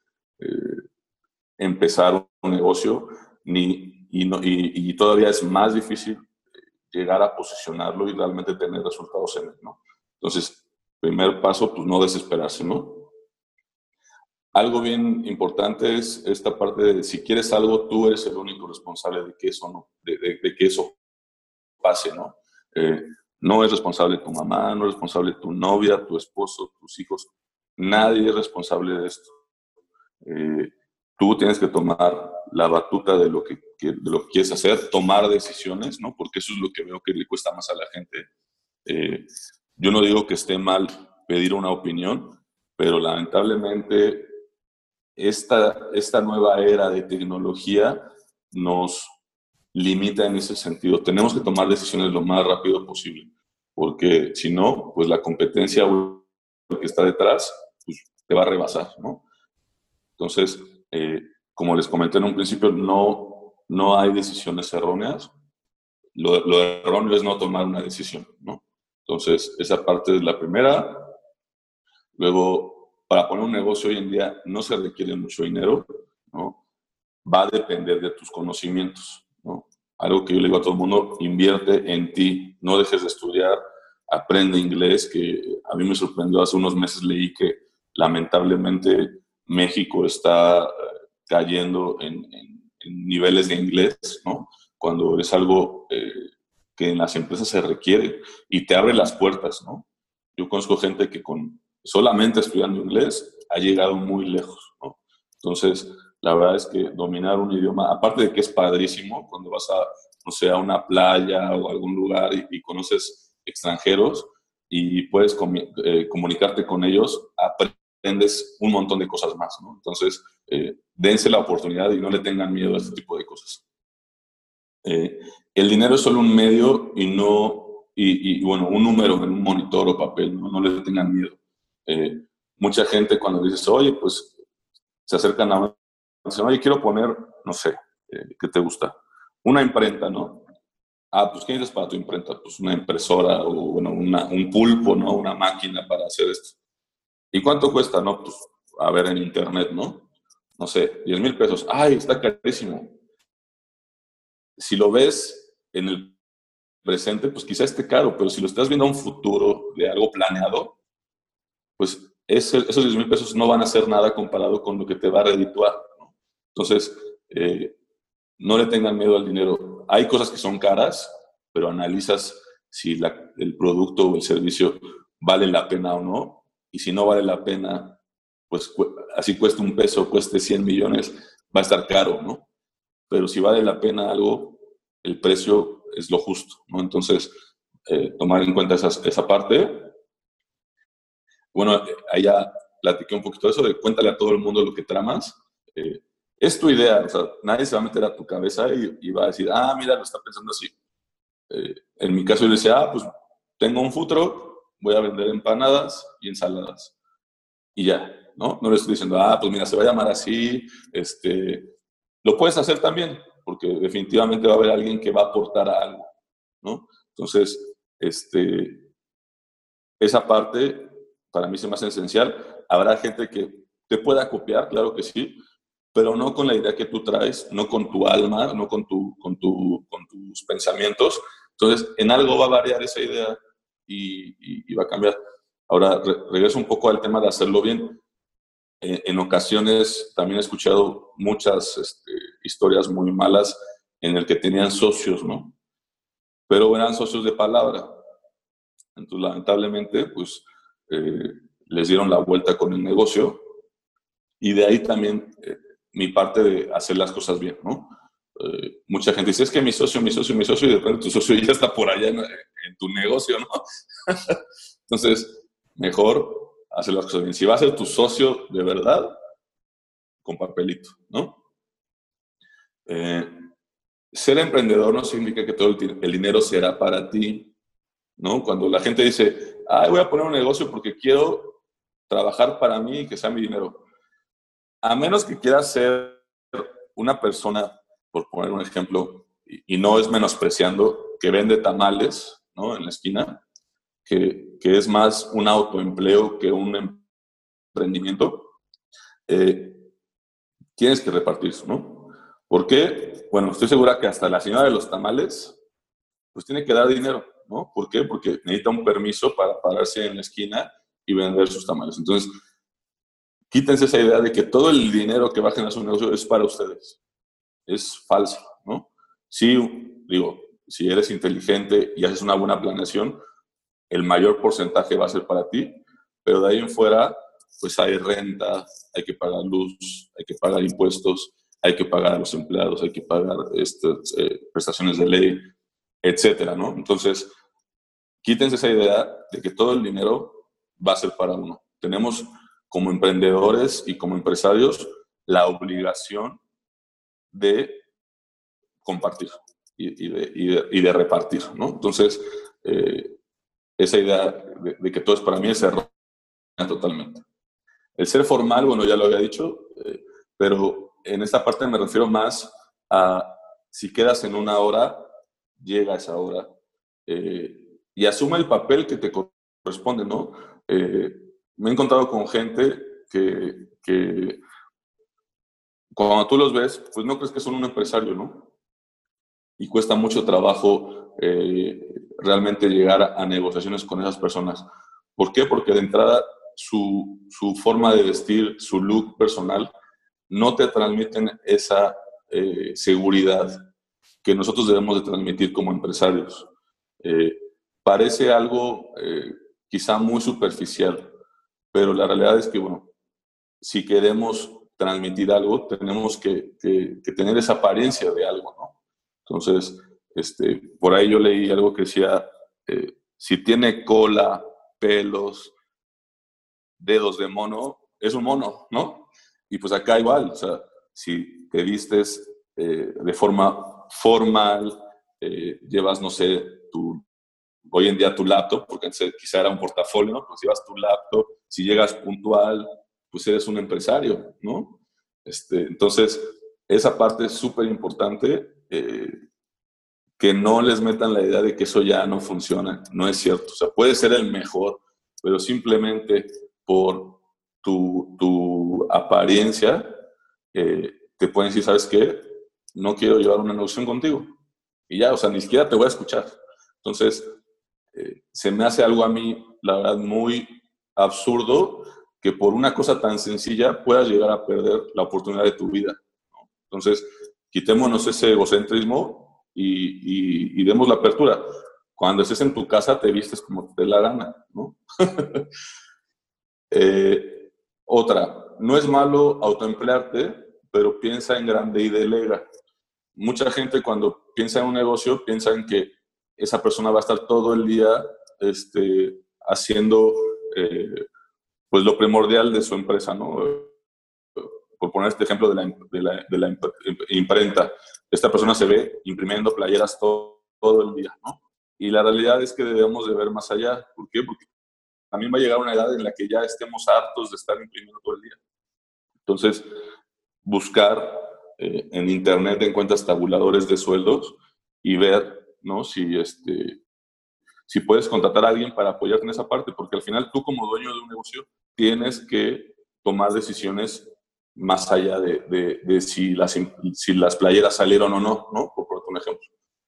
[SPEAKER 3] empezar un negocio, y todavía es más difícil llegar a posicionarlo y realmente tener resultados en él, ¿no? Entonces, primer paso, pues no desesperarse, ¿no? Algo bien importante es esta parte de si quieres algo, tú eres el único responsable de que eso, no, de que eso pase, ¿no? No es responsable tu mamá, no es responsable tu novia, tu esposo, tus hijos. Nadie es responsable de esto. Tú tienes que tomar la batuta de lo que quieres hacer, tomar decisiones, ¿no? Porque eso es lo que veo que le cuesta más a la gente. Yo no digo que esté mal pedir una opinión, pero lamentablemente esta nueva era de tecnología nos limita en ese sentido. Tenemos que tomar decisiones lo más rápido posible, porque si no, pues la competencia o lo que está detrás, pues te va a rebasar, ¿no? Entonces, como les comenté en un principio, no hay decisiones erróneas. Lo erróneo es no tomar una decisión, ¿no? Entonces, esa parte es la primera. Luego, para poner un negocio hoy en día no se requiere mucho dinero, ¿no? Va a depender de tus conocimientos, ¿no? Algo que yo le digo a todo el mundo: invierte en ti, no dejes de estudiar, aprende inglés, que a mí me sorprendió. Hace unos meses leí que lamentablemente México está cayendo en niveles de inglés, ¿no? Cuando es algo que en las empresas se requiere y te abre las puertas, ¿no? Yo conozco gente que solamente estudiando inglés ha llegado muy lejos, ¿no? Entonces, la verdad es que dominar un idioma, aparte de que es padrísimo cuando vas no sé, a una playa o a algún lugar y conoces extranjeros y puedes comunicarte con ellos, aprendes un montón de cosas más, ¿no? Entonces, dense la oportunidad y no le tengan miedo a este tipo de cosas. El dinero es solo un medio bueno, un número en un monitor o papel, ¿no? No le tengan miedo. Mucha gente cuando dices, oye, pues se acercan a uno y dicen, oye, quiero poner, no sé, ¿qué te gusta? Una imprenta, ¿no? Pues ¿qué necesitas para tu imprenta? Pues una impresora o, bueno, un pulpo, ¿no? Una máquina para hacer esto. ¿Y cuánto cuesta? No, pues a ver en internet, ¿no? No sé, 10,000 pesos. ¡Ay, está carísimo! Si lo ves en el presente, pues quizá esté caro, pero si lo estás viendo a un futuro de algo planeado, pues esos 10,000 pesos no van a ser nada comparado con lo que te va a redituar, ¿no? Entonces, no le tengan miedo al dinero. Hay cosas que son caras, pero analizas si el producto o el servicio vale la pena o no. Y si no vale la pena, pues así cueste un peso, cueste 100 millones, va a estar caro, ¿no? Pero si vale la pena algo, el precio es lo justo, ¿no? Entonces, tomar en cuenta esa parte. Bueno, ahí ya platiqué un poquito de eso, de cuéntale a todo el mundo lo que tramas. Es tu idea, o sea, nadie se va a meter a tu cabeza y va a decir, mira, lo está pensando así. En mi caso yo decía, pues tengo un food truck, voy a vender empanadas y ensaladas. Y ya, ¿no? No le estoy diciendo, pues mira, se va a llamar así, lo puedes hacer también, porque definitivamente va a haber alguien que va a aportar a algo, ¿no? Entonces, esa parte para mí se me hace esencial. Habrá gente que te pueda copiar, claro que sí, pero no con la idea que tú traes, no con tu alma, no con tus pensamientos. Entonces, en algo va a variar esa idea y va a cambiar. Ahora, regreso un poco al tema de hacerlo bien. En ocasiones también he escuchado muchas historias muy malas en el que tenían socios, ¿no? Pero eran socios de palabra. Entonces, lamentablemente, pues, les dieron la vuelta con el negocio y de ahí también mi parte de hacer las cosas bien, ¿no? Mucha gente dice, es que mi socio, y de repente tu socio ya está por allá en tu negocio, ¿no? Entonces, mejor hacer las cosas bien. Si va a ser tu socio de verdad, con papelito, ¿no? Ser emprendedor no significa que todo el dinero será para ti, ¿no? Cuando la gente dice, voy a poner un negocio porque quiero trabajar para mí y que sea mi dinero. A menos que quieras ser una persona, por poner un ejemplo, y no es menospreciando, que vende tamales, ¿no? En la esquina, que es más un autoempleo que un emprendimiento, tienes que repartir, ¿no? ¿Por qué? Bueno, estoy segura que hasta la señora de los tamales, pues tiene que dar dinero, ¿no? ¿Por qué? Porque necesita un permiso para pararse en la esquina y vender sus tamales. Entonces, quítense esa idea de que todo el dinero que va a generar su negocio es para ustedes. Es falso, ¿no? Sí, digo, si eres inteligente y haces una buena planeación, el mayor porcentaje va a ser para ti, pero de ahí en fuera, pues hay renta, hay que pagar luz, hay que pagar impuestos, hay que pagar a los empleados, hay que pagar prestaciones de ley, etcétera, ¿no? Entonces, quítense esa idea de que todo el dinero va a ser para uno. Tenemos como emprendedores y como empresarios la obligación de compartir y de repartir, ¿no? Entonces, esa idea de que todo es para mí es errónea totalmente. El ser formal, bueno, ya lo había dicho, pero en esta parte me refiero más a si quedas en una hora, llega esa hora y asume el papel que te corresponde, ¿no? Me he encontrado con gente que cuando tú los ves, pues no crees que son un empresario, ¿no? Y cuesta mucho trabajo realmente llegar a negociaciones con esas personas. ¿Por qué? Porque de entrada su forma de vestir, su look personal, no te transmiten esa seguridad que nosotros debemos de transmitir como empresarios. Parece algo quizá muy superficial, pero la realidad es que, bueno, si queremos transmitir algo, tenemos que tener esa apariencia de algo, ¿no? Entonces, por ahí yo leí algo que decía, si tiene cola, pelos, dedos de mono, es un mono, ¿no? Y pues acá igual, o sea, si te vistes de forma formal, llevas, no sé, hoy en día tu laptop, porque antes quizá era un portafolio, ¿no? Pues llevas tu laptop, si llegas puntual, pues eres un empresario, ¿no? Entonces, esa parte es súper importante, que no les metan la idea de que eso ya no funciona. No es cierto. O sea, puede ser el mejor, pero simplemente por tu apariencia te pueden decir, ¿sabes qué? No quiero llevar una negociación contigo. Y ya, o sea, ni siquiera te voy a escuchar. Entonces, se me hace algo a mí, la verdad, muy absurdo que por una cosa tan sencilla puedas llegar a perder la oportunidad de tu vida, ¿no? Entonces, quitémonos ese egocentrismo y demos la apertura. Cuando estés en tu casa, te vistes como te dé la gana, ¿no? Otra, no es malo autoemplearte, pero piensa en grande y delega. Mucha gente cuando piensa en un negocio, piensa en que esa persona va a estar todo el día haciendo pues lo primordial de su empresa, ¿no? Por poner este ejemplo de la imprenta. Esta persona se ve imprimiendo playeras todo el día, ¿no? Y la realidad es que debemos de ver más allá. ¿Por qué? Porque también va a llegar una edad en la que ya estemos hartos de estar imprimiendo todo el día. Entonces, buscar en internet encuentras tabuladores de sueldos y ver, ¿no? Si puedes contratar a alguien para apoyarte en esa parte, porque al final tú como dueño de un negocio tienes que tomar decisiones más allá de si las playeras salieron o no, ¿no? Por poner un ejemplo.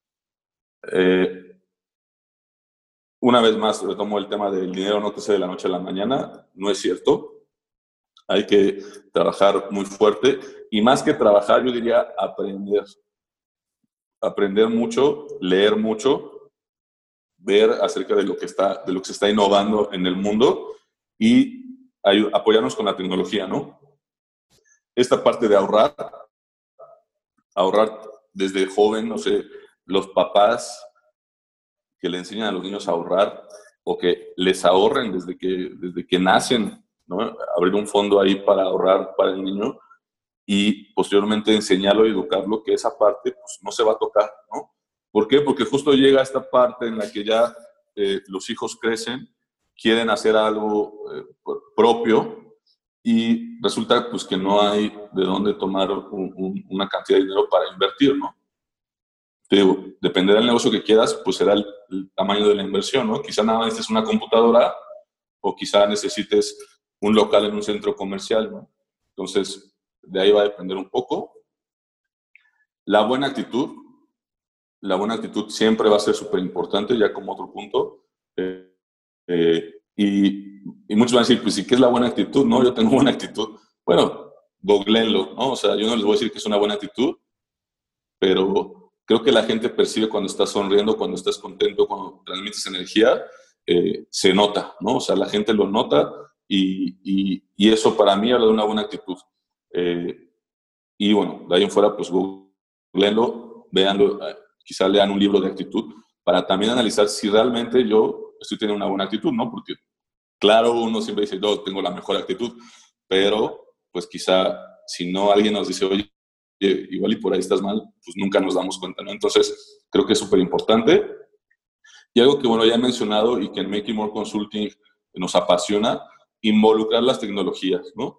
[SPEAKER 3] Una vez más, retomo el tema del dinero no crece de la noche a la mañana. No es cierto. Hay que trabajar muy fuerte y más que trabajar, yo diría aprender. Aprender mucho, leer mucho, ver acerca de lo que se está innovando en el mundo y apoyarnos con la tecnología, ¿no? Esta parte de ahorrar desde joven, no sé, los papás que le enseñan a los niños a ahorrar o que les ahorren desde que nacen, ¿no? Abrir un fondo ahí para ahorrar para el niño y posteriormente enseñarlo y educarlo, que esa parte pues, no se va a tocar, ¿no? ¿Por qué? Porque justo llega esta parte en la que ya los hijos crecen, quieren hacer algo propio y resulta pues, que no hay de dónde tomar una cantidad de dinero para invertir, ¿no? Te digo, dependerá del negocio que quieras, pues será el tamaño de la inversión, ¿no? Quizá nada más necesites una computadora o quizá necesites un local en un centro comercial, ¿no? Entonces, de ahí va a depender un poco. La buena actitud siempre va a ser súper importante, ya como otro punto. Y muchos van a decir, pues, ¿y qué es la buena actitud? No, yo tengo buena actitud. Bueno, googleenlo, ¿no? O sea, yo no les voy a decir que es una buena actitud, pero creo que la gente percibe cuando estás sonriendo, cuando estás contento, cuando transmites energía, se nota, ¿no? O sea, la gente lo nota y eso para mí habla de una buena actitud. Y bueno, de ahí en fuera, pues googleenlo, véanlo, quizá lean un libro de actitud para también analizar si realmente yo estoy teniendo una buena actitud, ¿no? Porque claro, uno siempre dice, yo tengo la mejor actitud, pero pues quizá si no alguien nos dice, oye, igual y por ahí estás mal, pues nunca nos damos cuenta, ¿no? Entonces, creo que es súper importante. Y algo que, bueno, ya he mencionado y que en Making More Consulting nos apasiona, involucrar las tecnologías, ¿no?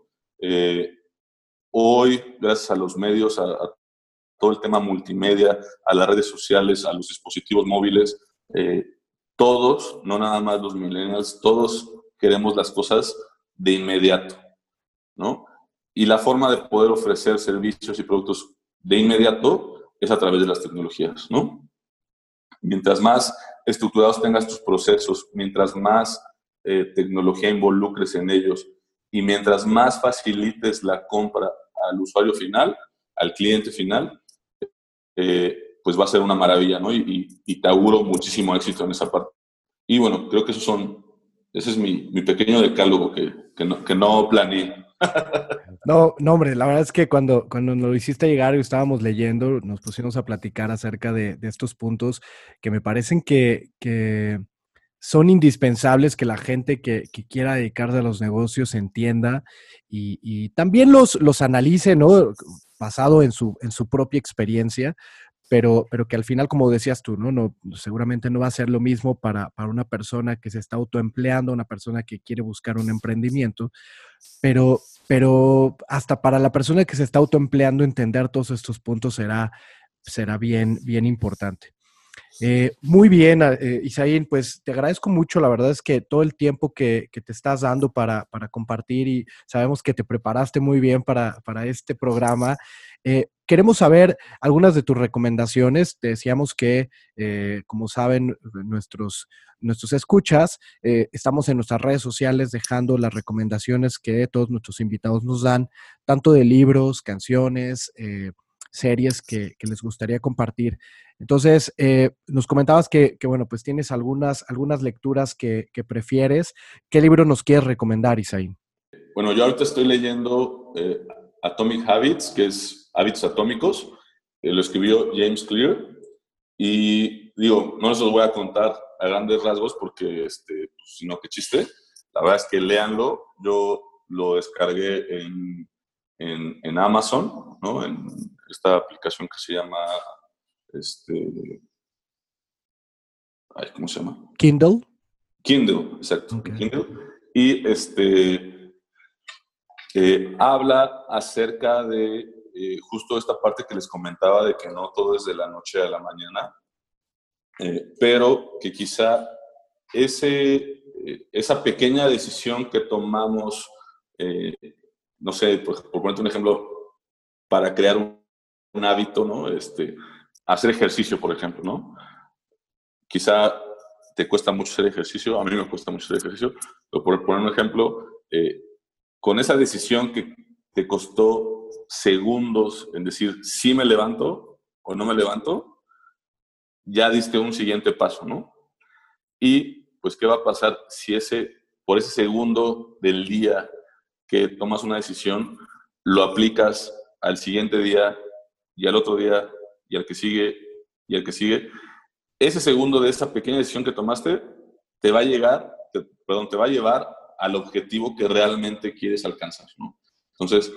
[SPEAKER 3] Hoy, gracias a los medios, a todo el tema multimedia, a las redes sociales, a los dispositivos móviles, todos, no nada más los millennials, todos queremos las cosas de inmediato, ¿no? Y la forma de poder ofrecer servicios y productos de inmediato es a través de las tecnologías, ¿no? Mientras más estructurados tengas tus procesos, mientras más tecnología involucres en ellos y mientras más facilites la compra al usuario final, al cliente final, pues va a ser una maravilla, ¿no? Y te auguro muchísimo éxito en esa parte. Y bueno, creo que ese es mi pequeño decálogo que no planeé.
[SPEAKER 2] No, no, hombre, la verdad es que cuando nos lo hiciste llegar y estábamos leyendo, nos pusimos a platicar acerca de estos puntos que me parecen que son indispensables que la gente que quiera dedicarse a los negocios entienda y también los analice, ¿no? Basado en su propia experiencia, pero que al final, como decías tú, ¿no? Seguramente no va a ser lo mismo para una persona que se está autoempleando, una persona que quiere buscar un emprendimiento, pero hasta para la persona que se está autoempleando entender todos estos puntos será bien, bien importante. Muy bien, Isaín, pues te agradezco mucho. La verdad es que todo el tiempo que te estás dando para compartir y sabemos que te preparaste muy bien para este programa. Queremos saber algunas de tus recomendaciones. Te decíamos que, como saben nuestros escuchas, estamos en nuestras redes sociales dejando las recomendaciones que todos nuestros invitados nos dan, tanto de libros, canciones, series que les gustaría compartir. Entonces, nos comentabas bueno, pues tienes algunas lecturas que prefieres. ¿Qué libro nos quieres recomendar, Isaí?
[SPEAKER 3] Bueno, yo ahorita estoy leyendo Atomic Habits, que es Hábitos Atómicos, lo escribió James Clear, y digo, no les los voy a contar a grandes rasgos porque, pues, sino que chiste. La verdad es que léanlo. Yo lo descargué en Amazon, ¿no? En esta aplicación que se llama, ay, ¿cómo se llama?
[SPEAKER 2] Kindle.
[SPEAKER 3] Kindle, exacto,
[SPEAKER 2] Okay.
[SPEAKER 3] Kindle. Y habla acerca de justo esta parte que les comentaba de que no todo es de la noche a la mañana, pero que quizá esa pequeña decisión que tomamos, no sé, por ponerte un ejemplo, para crear un hábito, ¿no? Hacer ejercicio, por ejemplo, ¿no? Quizá te cuesta mucho hacer ejercicio, a mí me cuesta mucho hacer ejercicio, pero por poner un ejemplo, con esa decisión que te costó segundos en decir sí me levanto o no me levanto, ya diste un siguiente paso, ¿no? Y pues, ¿qué va a pasar si por ese segundo del día que tomas una decisión, lo aplicas al siguiente día y al otro día y al que sigue y al que sigue? Ese segundo de esa pequeña decisión que tomaste te va a llevar al objetivo que realmente quieres alcanzar, ¿no? Entonces,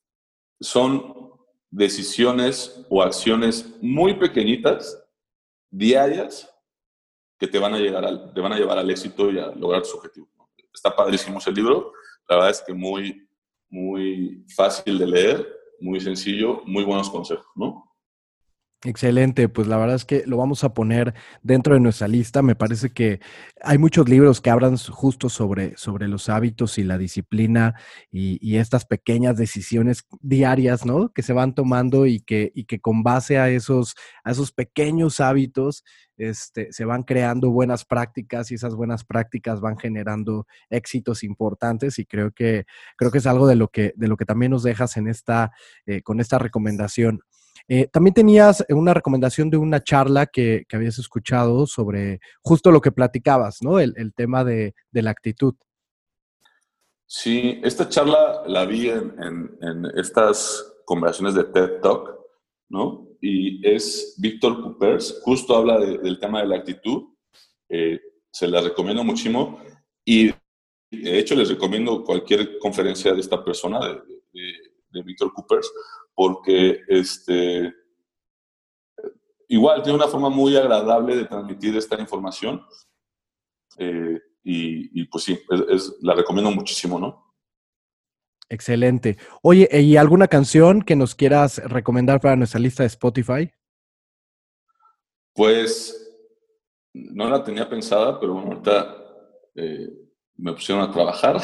[SPEAKER 3] son decisiones o acciones muy pequeñitas, diarias, que te van a llevar al éxito y a lograr tu objetivo, ¿no? Está padrísimo ese libro. La verdad es que muy, muy fácil de leer, muy sencillo, muy buenos consejos, ¿no?
[SPEAKER 2] Excelente, pues la verdad es que lo vamos a poner dentro de nuestra lista. Me parece que hay muchos libros que hablan justo sobre los hábitos y la disciplina y estas pequeñas decisiones diarias, ¿no? Que se van tomando y que con base a esos pequeños hábitos, se van creando buenas prácticas y esas buenas prácticas van generando éxitos importantes y creo que es algo de lo que también nos dejas con esta recomendación. También tenías una recomendación de una charla que habías escuchado sobre justo lo que platicabas, ¿no? El tema de la actitud.
[SPEAKER 3] Sí, esta charla la vi en estas conversaciones de TED Talk, ¿no? Y es Víctor Coopers, justo habla del tema de la actitud. Se la recomiendo muchísimo y de hecho les recomiendo cualquier conferencia de esta persona, de Víctor Coopers, porque igual tiene una forma muy agradable de transmitir esta información. Y pues sí, la recomiendo muchísimo, ¿no?
[SPEAKER 2] Excelente. Oye, ¿y alguna canción que nos quieras recomendar para nuestra lista de Spotify?
[SPEAKER 3] Pues no la tenía pensada, pero bueno, ahorita eh, me pusieron a trabajar.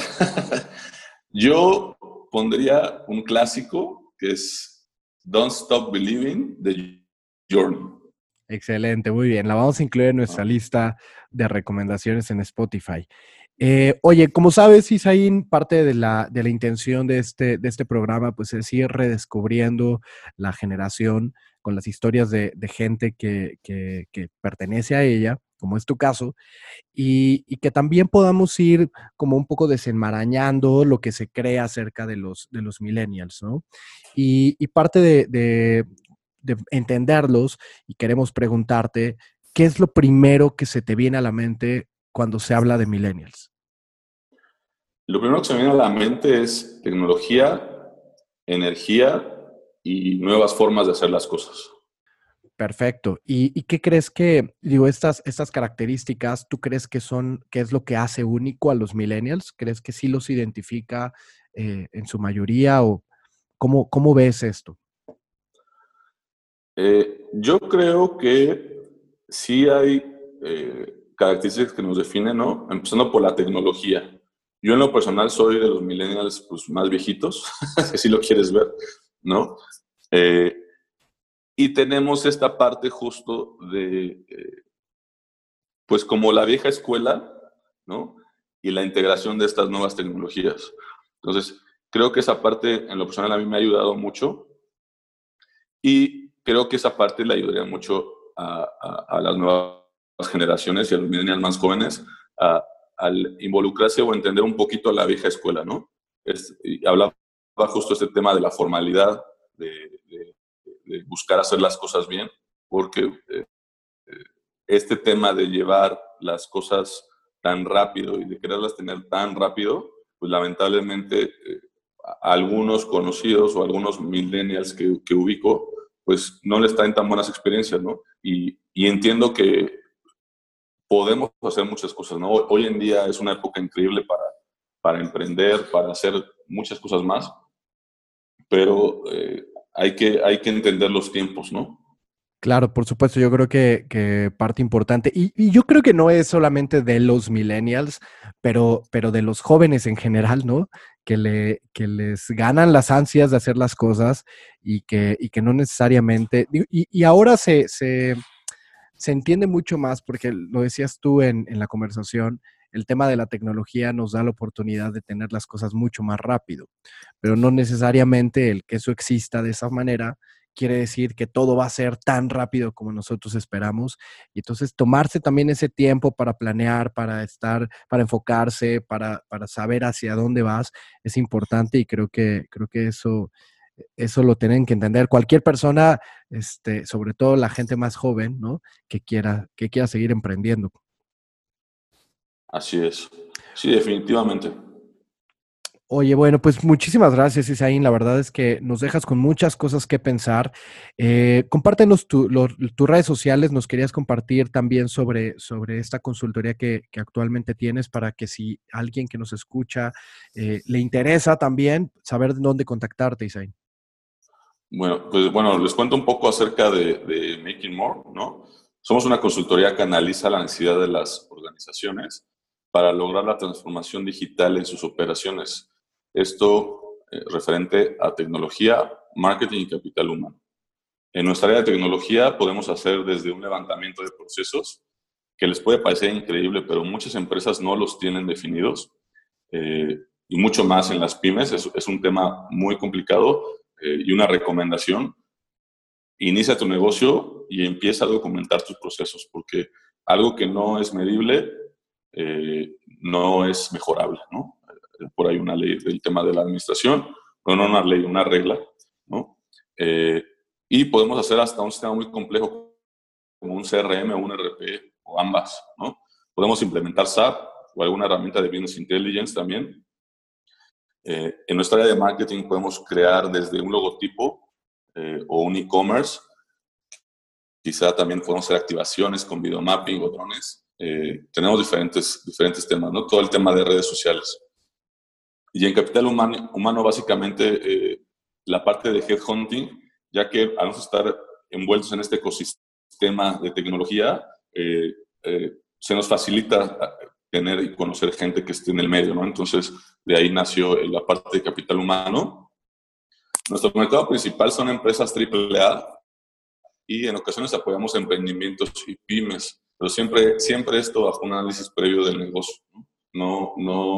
[SPEAKER 3] Yo pondría un clásico que es Don't Stop Believing de Journey.
[SPEAKER 2] Excelente, muy bien. La vamos a incluir en nuestra
[SPEAKER 3] Ah,
[SPEAKER 2] lista de recomendaciones en Spotify. Oye, como sabes, Isaín, parte de la intención de este programa, pues es ir redescubriendo la generación con las historias de gente que pertenece a ella, como es tu caso, y que también podamos ir como un poco desenmarañando lo que se cree acerca de los millennials, ¿no? Y parte de entenderlos, y queremos preguntarte, ¿qué es lo primero que se te viene a la mente cuando se habla de millennials?
[SPEAKER 3] lo primero que se me viene a la mente es tecnología, energía y nuevas formas de hacer las cosas.
[SPEAKER 2] Perfecto. ¿Y qué crees que, digo, estas características, tú crees que es lo que hace único a los millennials? ¿Crees que sí los identifica en su mayoría o cómo ves esto?
[SPEAKER 3] Yo creo que sí hay características que nos definen, ¿no? Empezando por la tecnología. Yo en lo personal soy de los millennials pues, más viejitos, si así lo quieres ver, ¿no? Eh, y tenemos esta parte justo de, pues como la vieja escuela, ¿no? Y la integración de estas nuevas tecnologías. Entonces, creo que esa parte en lo personal a mí me ha ayudado mucho y creo que esa parte le ayudaría mucho a las nuevas generaciones y a los millennials más jóvenes al involucrarse o entender un poquito a la vieja escuela, ¿no? Y hablaba justo este tema de la formalidad, de buscar hacer las cosas bien, porque este tema de llevar las cosas tan rápido y de quererlas tener tan rápido, pues lamentablemente algunos conocidos o algunos millennials que ubico, pues no les traen tan buenas experiencias, ¿no? Y entiendo que podemos hacer muchas cosas, ¿no? Hoy en día es una época increíble para emprender, para hacer muchas cosas más, pero hay que entender los tiempos, ¿no?
[SPEAKER 2] Claro, por supuesto, yo creo que parte importante, y yo creo que no es solamente de los millennials, pero de los jóvenes en general, ¿no? Que les ganan las ansias de hacer las cosas y que no necesariamente, y ahora se entiende mucho más, porque lo decías tú en la conversación, el tema de la tecnología nos da la oportunidad de tener las cosas mucho más rápido, pero no necesariamente el que eso exista de esa manera quiere decir que todo va a ser tan rápido como nosotros esperamos. Y entonces tomarse también ese tiempo para planear, para estar, para enfocarse, para saber hacia dónde vas, es importante y creo que eso lo tienen que entender cualquier persona, sobre todo la gente más joven, ¿no? Que quiera seguir emprendiendo.
[SPEAKER 3] Así es. Sí, definitivamente.
[SPEAKER 2] Oye, bueno, pues muchísimas gracias, Isaín. La verdad es que nos dejas con muchas cosas que pensar. Compártenos tus redes sociales. Nos querías compartir también sobre esta consultoría que actualmente tienes para que si alguien que nos escucha le interesa también saber dónde contactarte, Isaín.
[SPEAKER 3] Bueno, pues bueno, les cuento un poco acerca de Making More, ¿no? Somos una consultoría que analiza la necesidad de las organizaciones para lograr la transformación digital en sus operaciones. Esto referente a tecnología, marketing y capital humano. En nuestra área de tecnología podemos hacer desde un levantamiento de procesos que les puede parecer increíble, pero muchas empresas no los tienen definidos y mucho más en las pymes. Es un tema muy complicado y una recomendación: inicia tu negocio y empieza a documentar tus procesos, porque algo que no es medible no es mejorable, ¿no? Por ahí una ley del tema de la administración, pero no una ley, una regla, ¿no? Y podemos hacer hasta un sistema muy complejo como un CRM o un ERP o ambas, ¿no? Podemos implementar SAP o alguna herramienta de Business Intelligence también. En nuestra área de marketing podemos crear desde un logotipo o un e-commerce. Quizá también podemos hacer activaciones con videomapping o drones. Tenemos diferentes temas, ¿no? Todo el tema de redes sociales. Y en capital humano básicamente, la parte de headhunting, ya que al no estar envueltos en este ecosistema de tecnología, se nos facilita tener y conocer gente que esté en el medio, ¿no? Entonces, de ahí nació la parte de capital humano. Nuestro mercado principal son empresas AAA y en ocasiones apoyamos emprendimientos y pymes, pero siempre esto bajo un análisis previo del negocio, ¿no?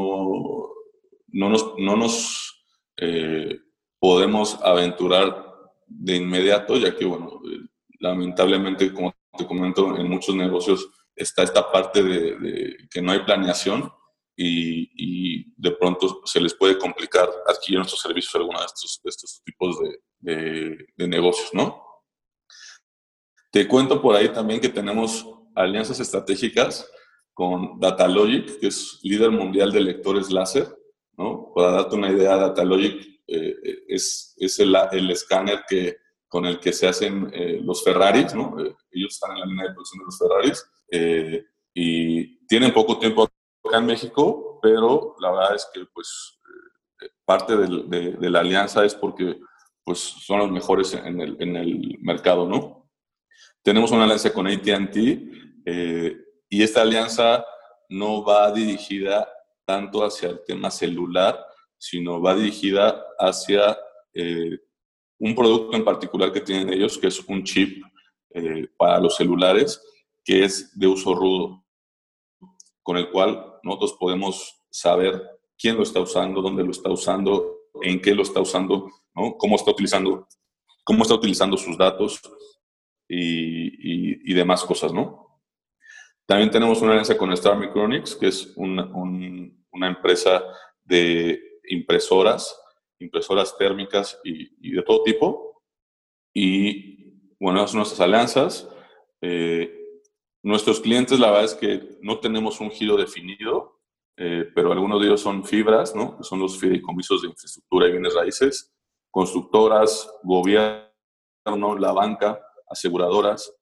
[SPEAKER 3] No nos podemos aventurar de inmediato, ya que, bueno, lamentablemente, como te comento, en muchos negocios está esta parte de que no hay planeación y de pronto se les puede complicar adquirir nuestros servicios a alguno de estos tipos de negocios, ¿no? Te cuento por ahí también que tenemos alianzas estratégicas con Datalogic, que es líder mundial de lectores láser, ¿no? Para darte una idea, Datalogic es el escáner con el que se hacen los Ferraris, ¿no? Ellos están en la línea de producción de los Ferraris y tienen poco tiempo acá en México, pero la verdad es que pues parte de la alianza es porque pues son los mejores en el mercado, ¿no? Tenemos una alianza con AT&T y esta alianza no va dirigida tanto hacia el tema celular, sino va dirigida hacia un producto en particular que tienen ellos, que es un chip para los celulares, que es de uso rudo, con el cual nosotros podemos saber quién lo está usando, dónde lo está usando, en qué lo está usando, ¿no? Cómo está utilizando sus datos y demás cosas, ¿no? También tenemos una alianza con Star Micronics, que es una empresa de impresoras térmicas y de todo tipo. Y bueno, esas son nuestras alianzas. Nuestros clientes, la verdad es que no tenemos un giro definido, pero algunos de ellos son fibras, ¿no? Que son los fideicomisos de infraestructura y bienes raíces, constructoras, gobierno, la banca, aseguradoras,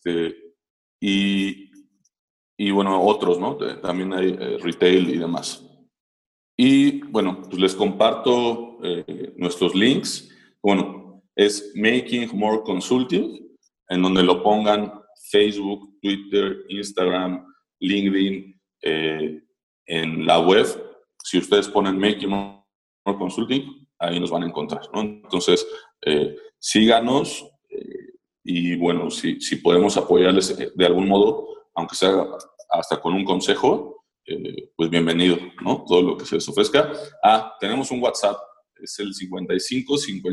[SPEAKER 3] y bueno, otros, ¿no? También hay retail y demás. Y bueno, pues les comparto nuestros links. Bueno, es Making More Consulting, en donde lo pongan Facebook, Twitter, Instagram, LinkedIn, en la web. Si ustedes ponen Making More Consulting, ahí nos van a encontrar, ¿no? Entonces, síganos y bueno, si podemos apoyarles de algún modo, aunque sea hasta con un consejo, pues bienvenido, ¿no? Todo lo que se les ofrezca. Tenemos un WhatsApp, es el 55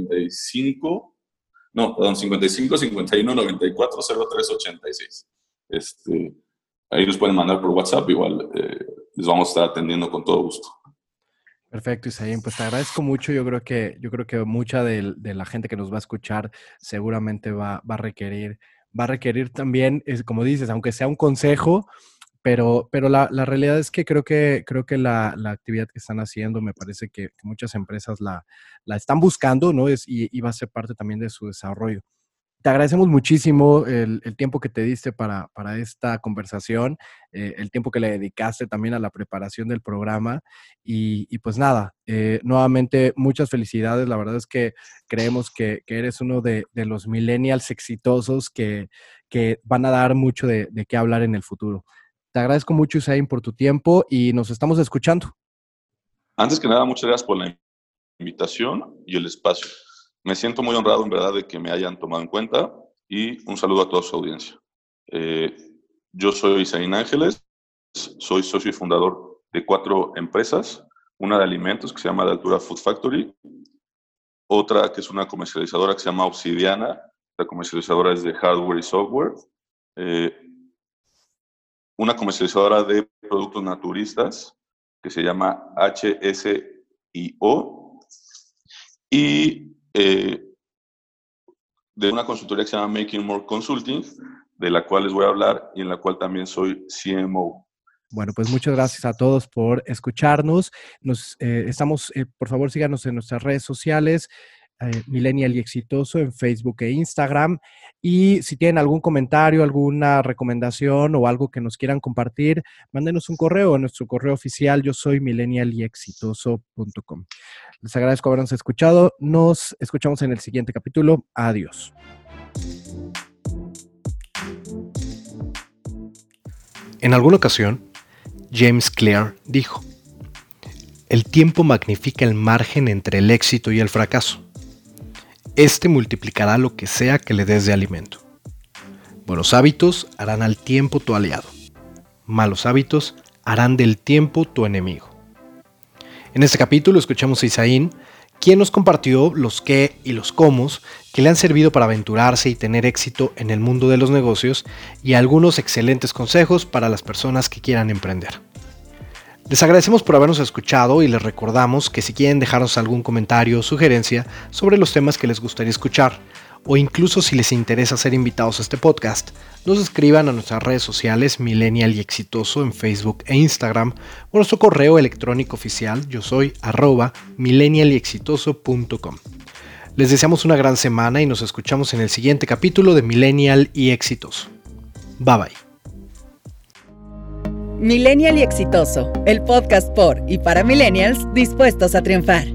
[SPEAKER 3] 51 94 03 86. Ahí nos pueden mandar por WhatsApp, igual les vamos a estar atendiendo con todo gusto.
[SPEAKER 2] Perfecto, Isaín, pues te agradezco mucho. Yo creo que mucha de la gente que nos va a escuchar seguramente va a requerir también, como dices, aunque sea un consejo, pero la realidad es que creo que la actividad que están haciendo, me parece que muchas empresas la están buscando, ¿no? Y va a ser parte también de su desarrollo. Te agradecemos muchísimo el tiempo que te diste para esta conversación, el tiempo que le dedicaste también a la preparación del programa y pues nada, nuevamente muchas felicidades. La verdad es que creemos que eres uno de los millennials exitosos que van a dar mucho de qué hablar en el futuro. Te agradezco mucho, Isaín, por tu tiempo y nos estamos escuchando.
[SPEAKER 3] Antes que nada, muchas gracias por la invitación y el espacio. Me siento muy honrado, en verdad, de que me hayan tomado en cuenta y un saludo a toda su audiencia. Yo soy Isaín Ángeles, soy socio y fundador de 4 empresas, una de alimentos que se llama De Altura Food Factory, otra que es una comercializadora que se llama Obsidiana, la comercializadora es de hardware y software, una comercializadora de productos naturistas que se llama HSIO y de una consultoría que se llama Making More Consulting, de la cual les voy a hablar y en la cual también soy CMO.
[SPEAKER 2] Bueno, pues muchas gracias a todos por escucharnos. Por favor, síganos en nuestras redes sociales, Millennial y Exitoso en Facebook e Instagram. Y si tienen algún comentario, alguna recomendación o algo que nos quieran compartir, mándenos un correo a nuestro correo oficial. Yo soy millennialyexitoso.com. Les agradezco habernos escuchado. Nos escuchamos en el siguiente capítulo. Adiós. En alguna ocasión, James Clear dijo: el tiempo magnifica el margen entre el éxito y el fracaso. Este multiplicará lo que sea que le des de alimento. Buenos hábitos harán al tiempo tu aliado. Malos hábitos harán del tiempo tu enemigo. En este capítulo escuchamos a Isaín, quien nos compartió los qué y los cómo que le han servido para aventurarse y tener éxito en el mundo de los negocios y algunos excelentes consejos para las personas que quieran emprender. Les agradecemos por habernos escuchado y les recordamos que si quieren dejarnos algún comentario o sugerencia sobre los temas que les gustaría escuchar, o incluso si les interesa ser invitados a este podcast, nos escriban a nuestras redes sociales Millennial y Exitoso en Facebook e Instagram, o nuestro correo electrónico oficial, yo soy @millennialyexitoso.com. Les deseamos una gran semana y nos escuchamos en el siguiente capítulo de Millennial y Exitoso. Bye bye.
[SPEAKER 1] Millennial y Exitoso, el podcast por y para millennials dispuestos a triunfar.